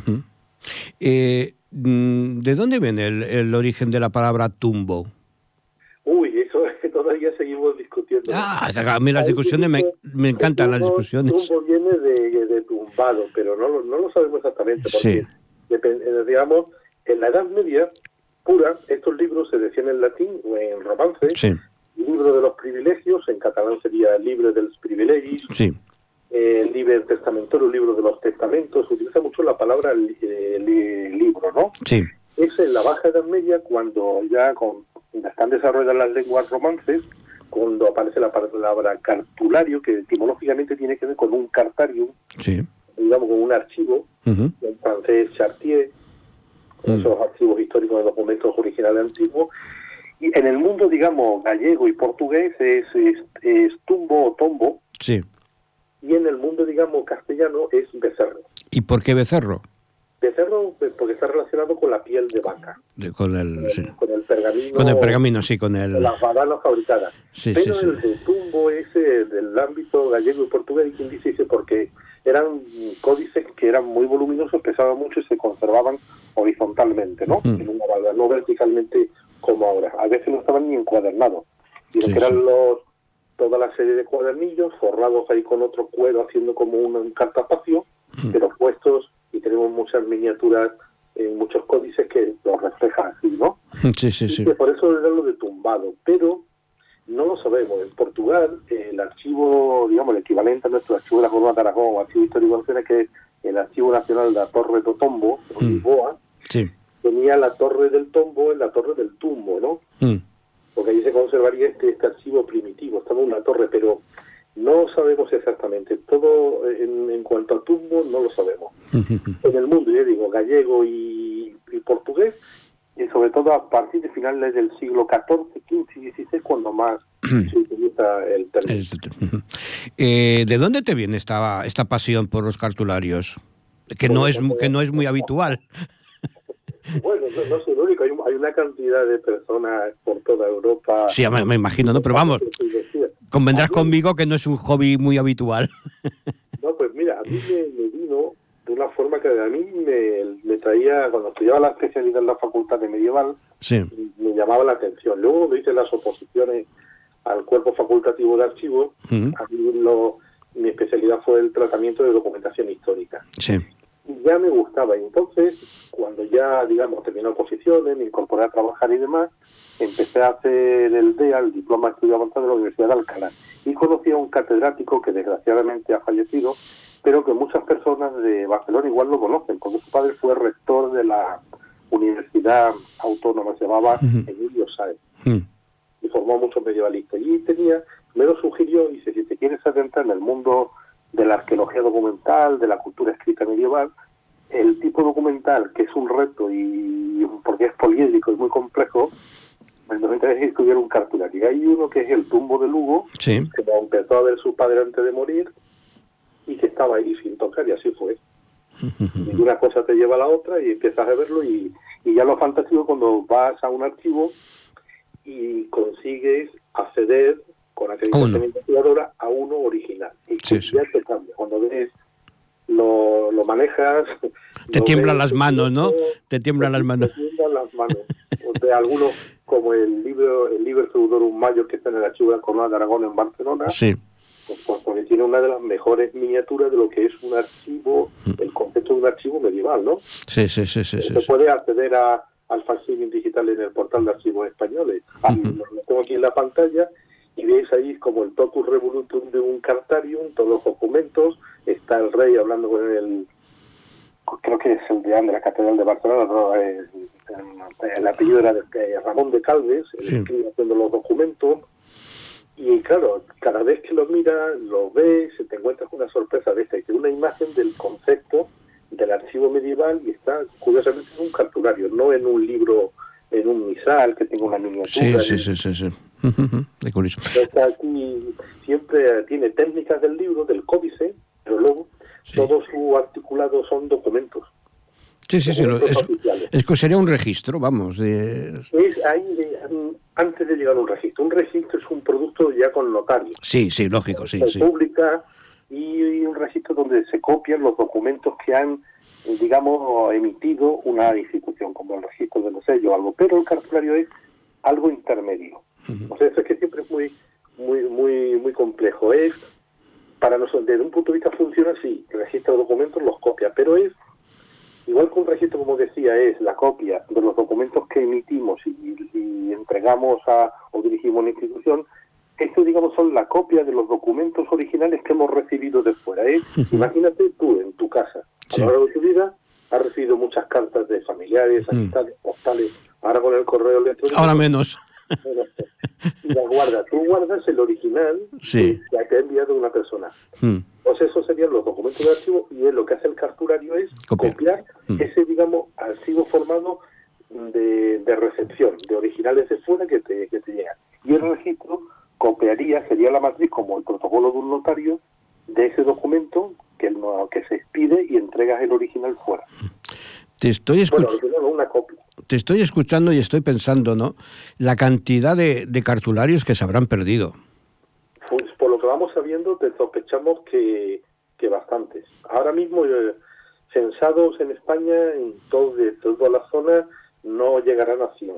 eh, ¿De dónde viene el, el origen de la palabra tumbo? Uy, eso es que todavía seguimos discutiendo. Ah, a mí las discusiones, me, me encantan las discusiones. Tumbo viene de, de tumbado, pero no, lo, no lo sabemos exactamente, porque, sí. depend, digamos, en la Edad Media pura, estos libros se decían en latín o en romance, sí. libro de los privilegios, en catalán sería libre dels privilegis, sí. eh, liber testamentario, libro de los testamentos, se utiliza mucho la palabra li, eh, li, libro, ¿no? Sí. Ese en la Baja Edad Media, cuando ya con, están desarrolladas las lenguas romances, cuando aparece la palabra cartulario, que etimológicamente tiene que ver con un cartarium, sí, digamos con un archivo, uh-huh. en francés chartier, uh-huh. esos archivos históricos de documentos originales antiguos, y en el mundo, digamos, gallego y portugués es, es, es tumbo o tombo, sí, y en el mundo, digamos, castellano es becerro. ¿Y por qué becerro? Becerro porque está relacionado con la piel de vaca. De, con, el, con, el, sí. con el pergamino. Con el pergamino, sí, con el... Con las badanas fabricadas. Sí, Pero sí, el sí. de tumbo ese del ámbito gallego y portugués, y quien dice, dice, porque eran códices que eran muy voluminosos, pesaban mucho y se conservaban horizontalmente, ¿no? Uh-huh. En una balda, no verticalmente como ahora. A veces no estaban ni encuadernados. Y sí, que eran sí. los toda la serie de cuadernillos forrados ahí con otro cuero haciendo como un, un cartapacio, uh-huh. pero puestos, y tenemos muchas miniaturas en muchos códices que lo reflejan así, ¿no? Sí, sí, sí. Y que por eso era lo de tumbado, pero no lo sabemos. En Portugal, eh, el archivo, digamos, el equivalente a nuestro archivo de la Corona de Aragón o archivo histórico nacional, que es el Archivo Nacional de la Torre do Tombo, en mm. Lisboa, sí. tenía la Torre del Tombo en la Torre del Tumbo, ¿no? Mm. Porque allí se conservaría este, este archivo primitivo, estaba en una torre, pero no sabemos exactamente. Todo en, en cuanto a tumbo no lo sabemos. En el mundo, yo digo, gallego y, y portugués, y sobre todo a partir de finales del siglo catorce, quince y dieciséis, cuando más se utiliza el término. Eh, ¿De dónde te viene esta, esta pasión por los cartularios? Que no es, que no es muy habitual. Bueno, no, no soy el único, hay, hay una cantidad de personas por toda Europa. Sí, me, me imagino, ¿no? Pero vamos, convendrás conmigo que no es un hobby muy habitual. No, pues mira, a mí me, me vino de una forma que a mí me, me traía, cuando estudiaba la especialidad en la Facultad de Medieval, sí. me llamaba la atención. Luego cuando hice las oposiciones al cuerpo facultativo de archivos, uh-huh. a mí lo, mi especialidad fue el tratamiento de documentación histórica. Sí. Ya me gustaba, y entonces cuando ya, digamos, terminé oposiciones, me incorporé a trabajar y demás, empecé a hacer el D E A, el Diploma de Estudio Avanzado de la Universidad de Alcalá, y conocí a un catedrático que desgraciadamente ha fallecido, pero que muchas personas de Barcelona igual lo conocen, porque su padre fue rector de la Universidad Autónoma, se llamaba uh-huh. Emilio Sáez, uh-huh. y formó muchos medievalistas, y tenía, me lo sugirió, y dice, si te quieres adentrar en el mundo de la arqueología documental, de la cultura escrita medieval, el tipo documental, que es un reto y porque es poliédrico y muy complejo, el noventa es estudiar un cartulario. Y hay uno que es el Tumbo de Lugo, sí. que lo empezó a ver su padre antes de morir y que estaba ahí sin tocar, y así fue. Y una cosa te lleva a la otra y empiezas a verlo, y, y ya lo fantástico cuando vas a un archivo y consigues acceder con acreditación investigadora a uno original. Y sí, sí. ya te cambia. Cuando ves, lo, lo manejas... Te lo tiemblan ves, las manos, ¿no? Te tiemblan te, las manos. Te tiemblan las manos. De algunos, como el libro el Liber Theodorum Mayor, que está en el archivo de la Corona de Aragón en Barcelona, sí. pues, pues porque tiene una de las mejores miniaturas de lo que es un archivo, el concepto de un archivo medieval, ¿no? Sí, sí, sí. sí, Se sí puede sí. acceder a, al facsímil digital en el portal de archivos españoles. Ah, uh-huh. Lo tengo aquí en la pantalla, y veis ahí como el totus revolutum de un cartarium, todos los documentos, está el rey hablando con el, creo que es el deán de la Catedral de Barcelona, no, el, el, el apellido era de Ramón de Calves, el sí. escribe haciendo los documentos, y claro, cada vez que lo miras, lo ves, te encuentras con una sorpresa de esta, y una imagen del concepto del archivo medieval, y está curiosamente en un cartulario, no en un libro, en un misal que tenga una miniatura. Sí, sí, sí, sí, sí. Uh-huh. De curioso. Está aquí, siempre tiene técnicas del libro, del códice, pero luego sí. todo su articulado son documentos. Sí, sí, documentos sí. Es, es que sería un registro, vamos. De... Es ahí, de, antes de llegar a un registro. Un registro es un producto ya con notario. Sí, sí, lógico, sí. sí. Pública, y un registro donde se copian los documentos que han, digamos, emitido una institución, como el registro de los sellos o algo. Pero el cartulario es algo intermedio. Uh-huh. O sea, eso es que siempre es muy muy muy muy complejo. Es, para nosotros, desde un punto de vista funciona así, registra documentos, los copia, pero es, igual que un registro, como decía, es la copia de los documentos que emitimos y, y entregamos a o dirigimos a una institución, esto, digamos, son la copia de los documentos originales que hemos recibido de fuera. ¿eh? Uh-huh. Imagínate tú en tu casa, a sí. lo largo de tu vida, ha recibido muchas cartas de familiares, amistades, mm. postales, ahora con el correo electrónico. Ahora menos. Y las guardas. Tú guardas el original sí. que te ha enviado una persona. Mm. Pues esos serían los documentos de archivo, y él lo que hace el cartulario es copiar, copiar mm. ese, digamos, archivo formado de, de recepción, de originales de fuera que te, que te llegan. Y el registro copiaría, sería la matriz como el protocolo de un notario de ese documento que, no, que se expide y entregas el original fuera. Te estoy escuchando. Bueno, una copia. Te estoy escuchando y estoy pensando, ¿no? La cantidad de, de cartularios que se habrán perdido. Pues por lo que vamos sabiendo, te sospechamos que, que bastantes. Ahora mismo, eh, censados en España, en todo, de toda la zona, no llegarán a cien.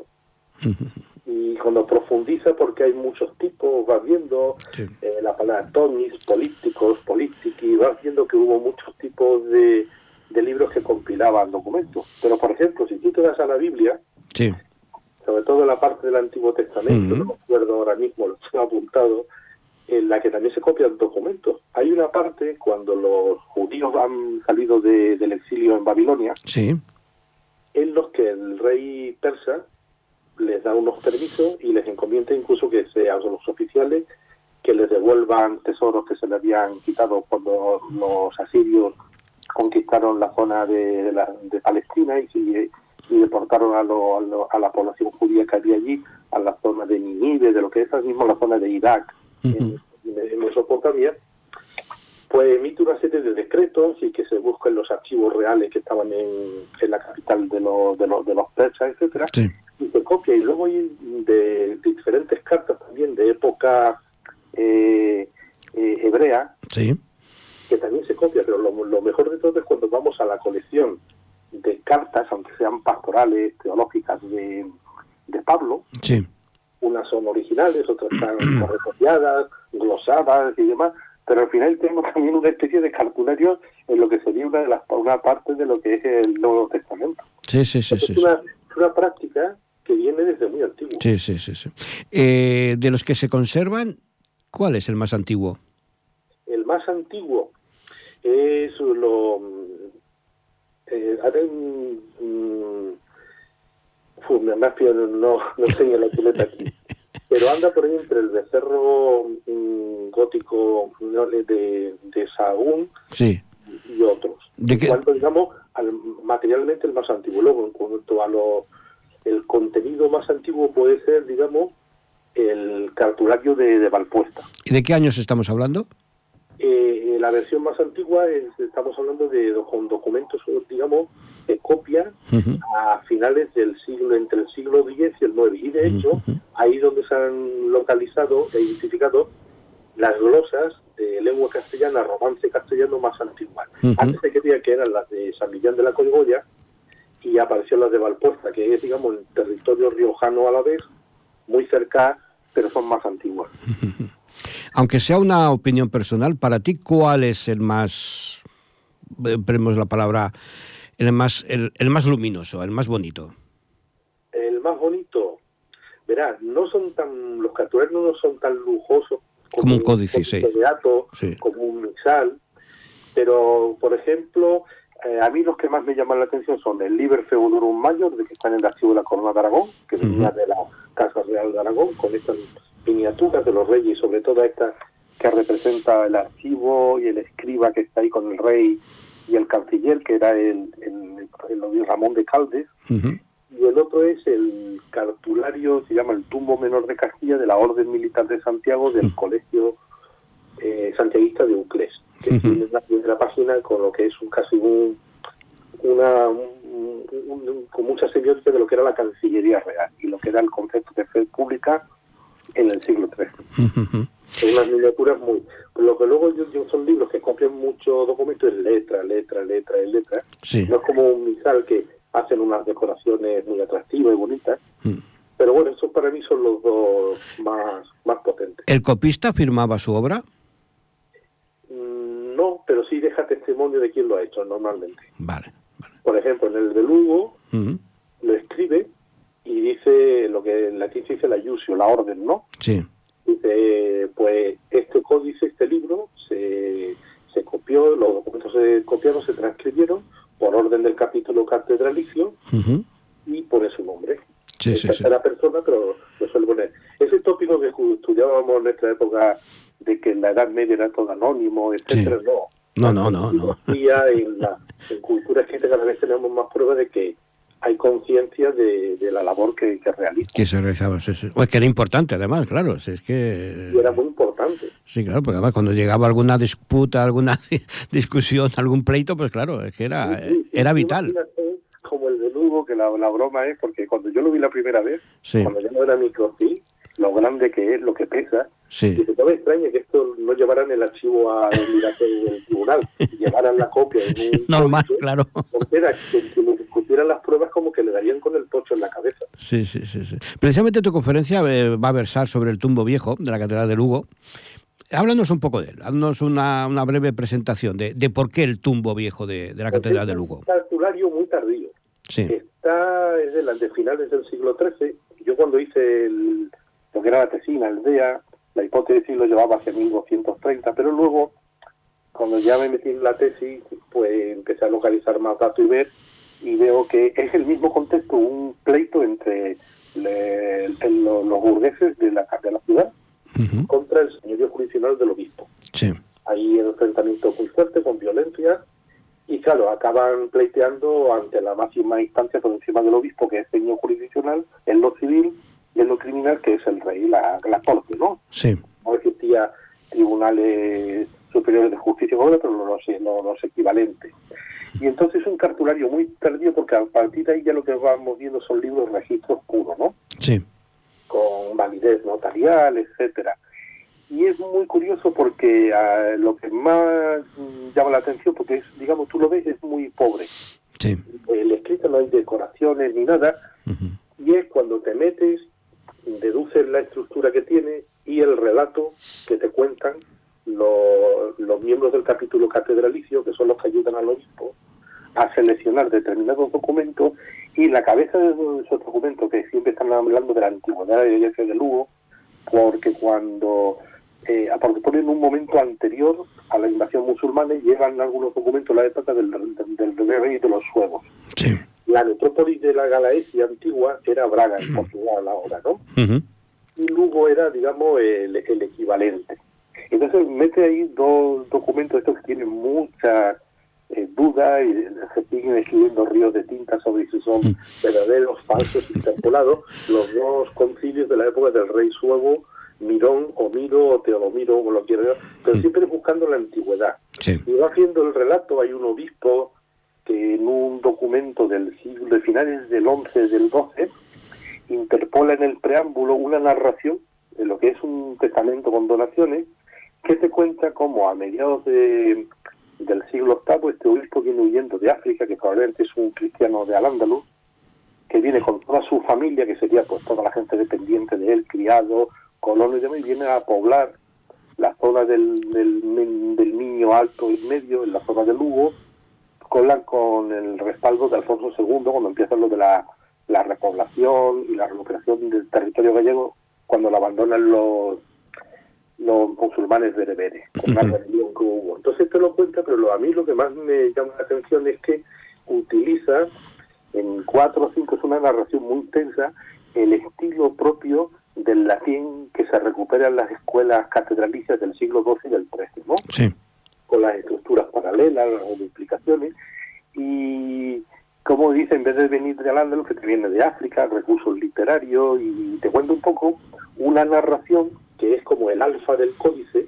Y cuando profundiza, porque hay muchos tipos, vas viendo sí. eh, la palabra tonis, políticos, politici, vas viendo que hubo muchos tipos de, de libros que compilaban documentos. Pero, por ejemplo, si tú te vas a la Biblia, sí. sobre todo en la parte del Antiguo Testamento, uh-huh. no me acuerdo ahora mismo, lo tengo apuntado, en la que también se copian documentos. Hay una parte cuando los judíos han salido de, del exilio en Babilonia, sí. en los que el rey persa les da unos permisos y les encomienda incluso que sean los oficiales que les devuelvan tesoros que se les habían quitado cuando los asirios conquistaron la zona de, de, la, de Palestina y, y deportaron a, lo, a, lo, a la población judía que había allí, a la zona de Nínive, de lo que es ahora mismo la zona de Irak, uh-huh. en, en Mesopotamia. Pues emite una serie de decretos y que se busquen los archivos reales que estaban en, en la capital de los, de los, de los persas, etcétera. Sí. Y se copia, y luego hay de, de diferentes cartas también de época eh, eh, hebrea, sí. que también se copia, pero lo, lo mejor de todo es cuando vamos a la colección de cartas, aunque sean pastorales, teológicas de, de Pablo. Sí. Unas son originales, otras están recopiadas, glosadas y demás, pero al final tenemos también una especie de cartulario en lo que sería una de las una parte de lo que es el Nuevo Testamento. Sí, sí, sí. sí es, una, es una práctica que viene desde muy antiguo. Sí, sí, sí. sí. Eh, de los que se conservan, ¿cuál es el más antiguo? El más antiguo es lo... Eh, ahora en, uf, me no, no tengo la chuleta aquí, pero anda por ahí entre el becerro um, gótico de, de Sahagún sí. y otros. ¿De qué? En cuanto, digamos, al, materialmente el más antiguo. Luego, en cuanto a lo, el contenido más antiguo puede ser, digamos, el cartulario de, de Valpuesta. ¿Y de qué años estamos hablando? Eh, la versión más antigua es, estamos hablando de con documentos, digamos, de copia uh-huh. a finales del siglo, entre el siglo diez y el nueve. Y de hecho, uh-huh. ahí donde se han localizado e identificado las glosas de lengua castellana, romance castellano más antiguas. Uh-huh. Antes se creía que eran las de San Millán de la Coigolla y apareció las de Valpuesta, que es, digamos, el territorio riojano a la vez, muy cerca, pero son más antiguas. Uh-huh. Aunque sea una opinión personal, para ti, ¿cuál es el más, veremos la palabra, el más, el, el más luminoso, el más bonito? El más bonito, verás, no son tan, los cartularios no son tan lujosos como, como un códice, sí. de datos, sí. como un misal, pero, por ejemplo, eh, a mí los que más me llaman la atención son el Liber Feudorum Major, de que está en el archivo de la Corona de Aragón, que uh-huh. venía de la Casa Real de Aragón, con estas miniaturas de los reyes, y sobre todo esta que representa el archivo y el escriba que está ahí con el rey y el canciller, que era el, el, el, el Ramón de Caldes, uh-huh. y el otro es el cartulario, se llama el Tumbo Menor de Castilla, de la Orden Militar de Santiago, del uh-huh. Colegio eh, Santiaguista de Uclés, que uh-huh. tiene la primera página con lo que es un casi un una un, un, un, con mucha semiótica de lo que era la Cancillería Real y lo que era el concepto de fe pública en el siglo trece. Uh-huh. Son unas miniaturas muy... Lo que luego yo, yo son libros que copian mucho documento, es letra, letra, letra, letra. Sí. No es como un misal que hacen unas decoraciones muy atractivas y bonitas. Uh-huh. Pero bueno, esos para mí son los dos más, más potentes. ¿El copista firmaba su obra? Mm, no, pero sí deja testimonio de quién lo ha hecho normalmente. Vale. vale. Por ejemplo, en el de Lugo uh-huh. lo escribe y dice lo que en latín se dice la iusio, la orden, ¿no? Sí. Dice, pues este códice, este libro, se, se copió, los documentos se copiaron, se transcribieron por orden del capítulo uh-huh. y pone su nombre. Sí, es sí, tercera sí. persona, pero lo suele poner. Ese tópico que estudiábamos en nuestra época de que en la Edad Media era todo anónimo, etcétera, Sí. no. No, no, no, no. En la en cultura escrita cada vez tenemos más pruebas de que hay conciencia de, de la labor que, que realiza. Que se realizaba, sí, sí. Pues que era importante, además, claro. Si es que... Y era muy importante. Sí, claro, porque además cuando llegaba alguna disputa, alguna discusión, algún pleito, pues claro, es que era, sí, sí, era vital. Imagínate como el de Lugo, que la, la broma es, porque cuando yo lo vi la primera vez, sí. cuando ya no era microfilm, lo grande que es, lo que pesa, sí. y se me extraña que esto no llevaran el archivo a del tribunal, llevaran la copia en un normal, coche, claro. Porque era que, que lo discutieran las pruebas como que le darían con el pocho en la cabeza. Sí, sí, sí, sí. Precisamente tu conferencia eh, va a versar sobre el tumbo viejo de la Catedral de Lugo. Háblanos un poco de él, haznos una, una breve presentación de, de por qué el tumbo viejo de, de la Porque Catedral de Lugo. Es un cartulario muy tardío. Sí. Está es de, las de finales del siglo trece. Yo cuando hice el, lo que era la tesina, el D E A, la hipótesis lo llevaba hacia mil doscientos treinta, pero luego, cuando ya me metí en la tesis, pues empecé a localizar más datos y ver, y veo que es el mismo contexto, un pleito entre le, el, los, los burgueses de la, de la ciudad uh-huh. contra el señorío jurisdiccional del obispo. Sí. Hay un enfrentamiento muy fuerte, con violencia, y claro, acaban pleiteando ante la máxima instancia por encima del obispo, que es señor jurisdiccional, en lo civil y en lo criminal, que es el rey, la, la corte, ¿no? Sí. No existía tribunales superiores de justicia, pero los, los, los equivalentes. Y entonces es un cartulario muy tardío, porque a partir de ahí ya lo que vamos viendo son libros registros puros, ¿no? Sí. Con validez notarial, etcétera. Y es muy curioso porque uh, lo que más llama la atención, porque es, digamos, tú lo ves, es muy pobre. Sí. El escrito no hay decoraciones ni nada, uh-huh. y es cuando te metes, deduces la estructura que tiene y el relato que te cuentan los, los miembros del capítulo catedralicio, que son los que ayudan al obispo a seleccionar determinados documentos, y la cabeza de esos documentos, que siempre están hablando de la antigüedad de la iglesia de Lugo, porque cuando eh, porque ponen un momento anterior a la invasión musulmana y llegan algunos documentos la época del, del, del rey de los suevos. Sí. La metrópolis de la Galaesia antigua era Braga, en Portugal ahora, ¿no? Uh-huh. Y Lugo era, digamos, el, el equivalente. Entonces mete ahí dos documentos estos que tienen mucha eh, duda y se siguen escribiendo ríos de tinta sobre si son uh-huh. verdaderos, falsos, interpolados, los dos concilios de la época del rey suevo, Mirón o Miro o Teodomiro, como lo quiera, pero uh-huh. siempre buscando la antigüedad. Sí. Y va haciendo el relato, hay un obispo que en un documento del siglo de finales del once, del doce, interpola en el preámbulo una narración de lo que es un testamento con donaciones, que te cuenta cómo a mediados de, del siglo octavo este obispo viene huyendo de África, que probablemente es un cristiano de Al-Ándalus, que viene con toda su familia, que sería pues toda la gente dependiente de él, criado, colono y demás, y viene a poblar la zona del, del, del Miño Alto y Medio, en la zona de Lugo, con, la, con el respaldo de Alfonso segundo, cuando empieza lo de la, la repoblación y la recuperación del territorio gallego, cuando lo abandonan los los musulmanes bereberes, con una rebelión que hubo. Entonces te lo cuenta, pero lo, a mí lo que más me llama la atención es que utiliza en cuatro o cinco, es una narración muy intensa, el estilo propio del latín que se recupera en las escuelas catedralicias del siglo doce y del trece, ¿no? Sí. Con las estructuras paralelas, las multiplicaciones, y como dice, en vez de venir de Al-Ándalus, que te viene de África, recursos literarios, y te cuento un poco una narración que es como el alfa del códice,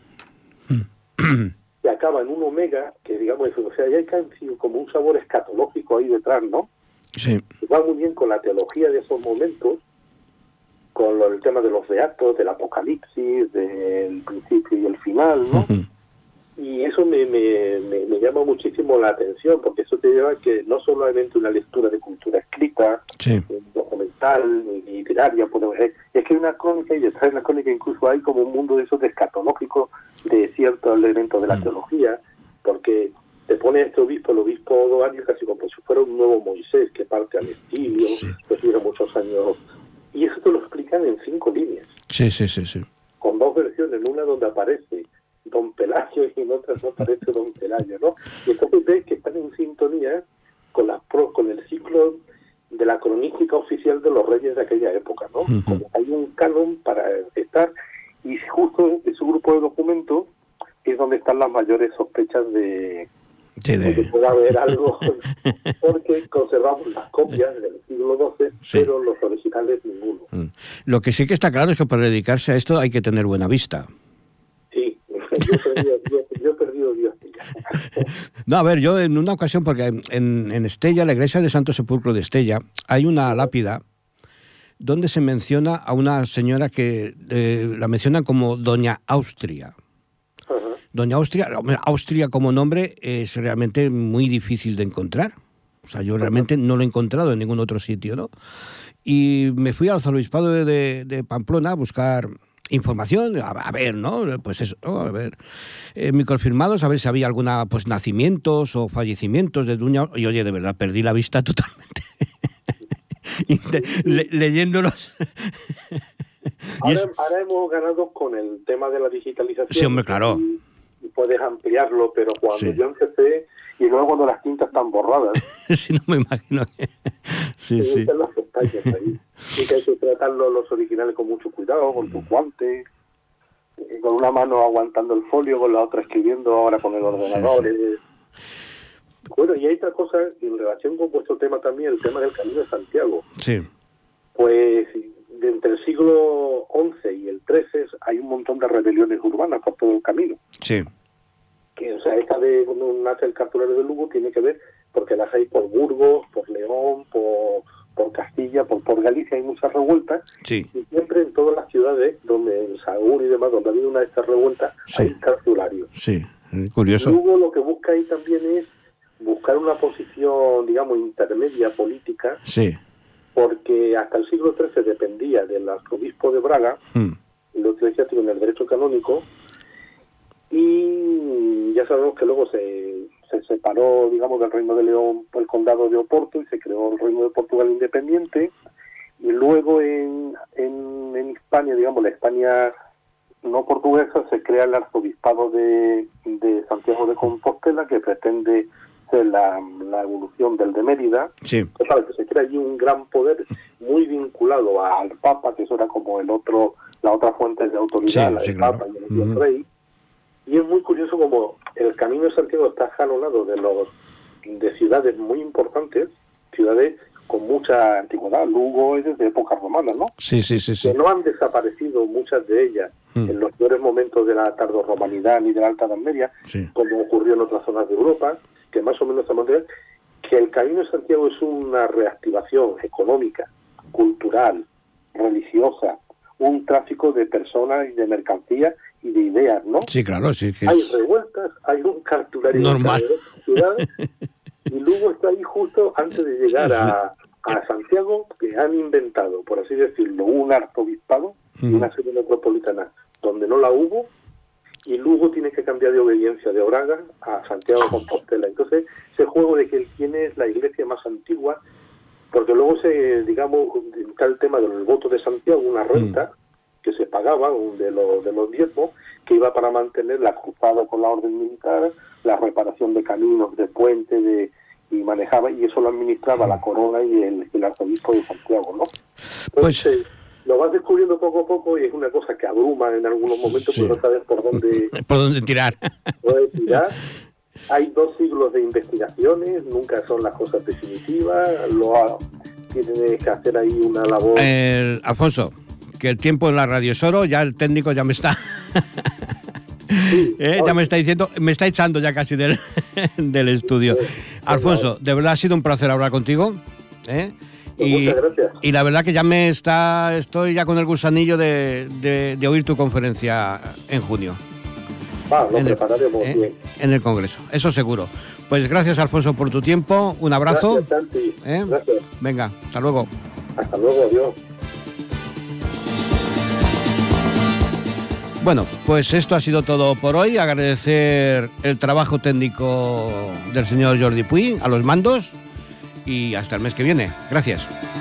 que acaba en un omega, que digamos, o sea, ya hay casi como un sabor escatológico ahí detrás, ¿no? Sí. Que va muy bien con la teología de esos momentos, con lo, el tema de los beatos, del apocalipsis, del principio y el final, ¿no? Uh-huh. Y eso me, me, me, me llama muchísimo la atención, porque eso te lleva a que no solamente una lectura de cultura escrita, sí. documental, literaria, pues, es que hay una crónica, y detrás de la crónica incluso hay como un mundo de esos escatológicos de ciertos elementos de la mm. teología, porque te pone este obispo, el obispo Odoario, casi como si fuera un nuevo Moisés que parte al exilio, sí. que tiene muchos años, y eso te lo explican en cinco líneas. Sí, sí, sí, sí. Con dos versiones, una donde aparece Don Pelayo y en otras no aparece Don Pelayo, ¿no? Y entonces ves que están en sintonía con las pro, con el ciclo cronística oficial de los reyes de aquella época, ¿no? Uh-huh. Como hay un canon para estar, y justo ese grupo de documentos es donde están las mayores sospechas de, sí, de... de que pueda haber algo, porque conservamos las copias del siglo doce, sí, pero los originales ninguno. Lo que sí que está claro es que para dedicarse a esto hay que tener buena vista. Sí, yo he perdido, yo, yo he perdido Dios. No, a ver, yo en una ocasión, porque en, en Estella, la iglesia de Santo Sepulcro de Estella, hay una lápida donde se menciona a una señora que eh, la mencionan como Doña Austria. Uh-huh. Doña Austria, Austria como nombre es realmente muy difícil de encontrar. O sea, yo realmente no lo he encontrado en ningún otro sitio, ¿no? Y me fui al arzobispado de, de, de Pamplona a buscar información, a, a ver, ¿no? Pues eso, ¿no? A ver, eh, microfirmados, a ver si había alguna, pues, nacimientos o fallecimientos de Doña... Y oye, de verdad, perdí la vista totalmente. Le, leyéndolos. Ahora, es... ahora hemos ganado con el tema de la digitalización. Sí, hombre, claro. Y, y puedes ampliarlo, pero cuando sí. yo empecé, y luego cuando las tintas están borradas. Sí, no me imagino que... Sí, sí. Están las pestañas ahí. Y que hay que tratarlo los originales con mucho cuidado, con tu guante, con una mano aguantando el folio, con la otra escribiendo, ahora con el ordenador. Sí, sí. Bueno, y hay otra cosa en relación con vuestro tema también, el tema del Camino de Santiago. Sí. Pues de entre el siglo once y el trece hay un montón de rebeliones urbanas por todo el camino. Sí. Que, o sea, esta de cuando nace el cartulero de Lugo tiene que ver porque las hay por Burgos, por León, por, por Castilla, por, por Galicia, hay muchas revueltas. Sí. Y siempre en todas las ciudades, donde en Sahagún y demás, donde ha habido una de estas revueltas, sí, hay cartularios. Sí, curioso. Lugo lo que busca ahí también es buscar una posición, digamos, intermedia política, sí, porque hasta el siglo trece dependía del arzobispo de Braga, mm. lo eclesiástico en el derecho canónico, y ya sabemos que luego se, se separó, digamos, del Reino de León por el condado de Oporto y se creó el Reino de Portugal independiente, y luego en, en, en Hispania, digamos, la España no portuguesa, se crea el arzobispado de, de Santiago de Compostela, que pretende La, la evolución del de Mérida, sí, que, sabe, que se crea allí un gran poder muy vinculado al Papa, que eso era como el otro, la otra fuente de autoridad, sí, la del sí, Papa claro. y el uh-huh. rey. Y es muy curioso como el Camino de Santiago está jalonado de los de ciudades muy importantes, ciudades con mucha antigüedad. Lugo es desde época romana, ¿no? Sí, sí, sí, sí. Que no han desaparecido muchas de ellas mm. en los peores momentos de la tardorromanidad ni de la Alta Edad Media, sí, como ocurrió en otras zonas de Europa, que más o menos se mantiene, que el Camino de Santiago es una reactivación económica, cultural, religiosa, un tráfico de personas y de mercancías y de ideas, ¿no? Sí, claro, sí. Que hay es... revueltas, hay un cartulario normal. De ciudades, y luego está ahí justo antes de llegar a, a Santiago, que han inventado, por así decirlo, un arzobispado y una sede metropolitana donde no la hubo, y Lugo tiene que cambiar de obediencia de Braga a Santiago de Compostela. Entonces, ese juego de que quién es la iglesia más antigua, porque luego se, digamos, está el tema del voto de Santiago, una renta mm. que se pagaba de los, de los diezmos, que iba para mantener la cruzada con la orden militar, la reparación de caminos, de puentes, de, y manejaba, y eso lo administraba mm. la corona y el, el arzobispo de Santiago, ¿no? Entonces, pues... lo vas descubriendo poco a poco y es una cosa que abruma en algunos momentos, sí, pero no sabes por dónde... por dónde tirar. Puedes tirar. Hay dos siglos de investigaciones, nunca son las cosas definitivas, lo tienes que hacer ahí una labor... Eh, Alfonso, que el tiempo en la radio es oro, ya el técnico ya me está... Sí, ¿Eh? Ya me está diciendo, me está echando ya casi del, del estudio. Sí, sí, Alfonso, de verdad ha sido un placer hablar contigo, ¿eh? Y, y la verdad que ya me está, estoy ya con el gusanillo de, de, de oír tu conferencia en junio. Va, lo prepararemos el, bien. ¿eh? En el Congreso, eso seguro. Pues gracias, Alfonso, por tu tiempo. Un abrazo. Gracias, Santi. ¿Eh? Gracias. Venga, hasta luego. Hasta luego, adiós. Bueno, pues esto ha sido todo por hoy. Agradecer el trabajo técnico del señor Jordi Puy a los mandos. Y hasta el mes que viene. Gracias.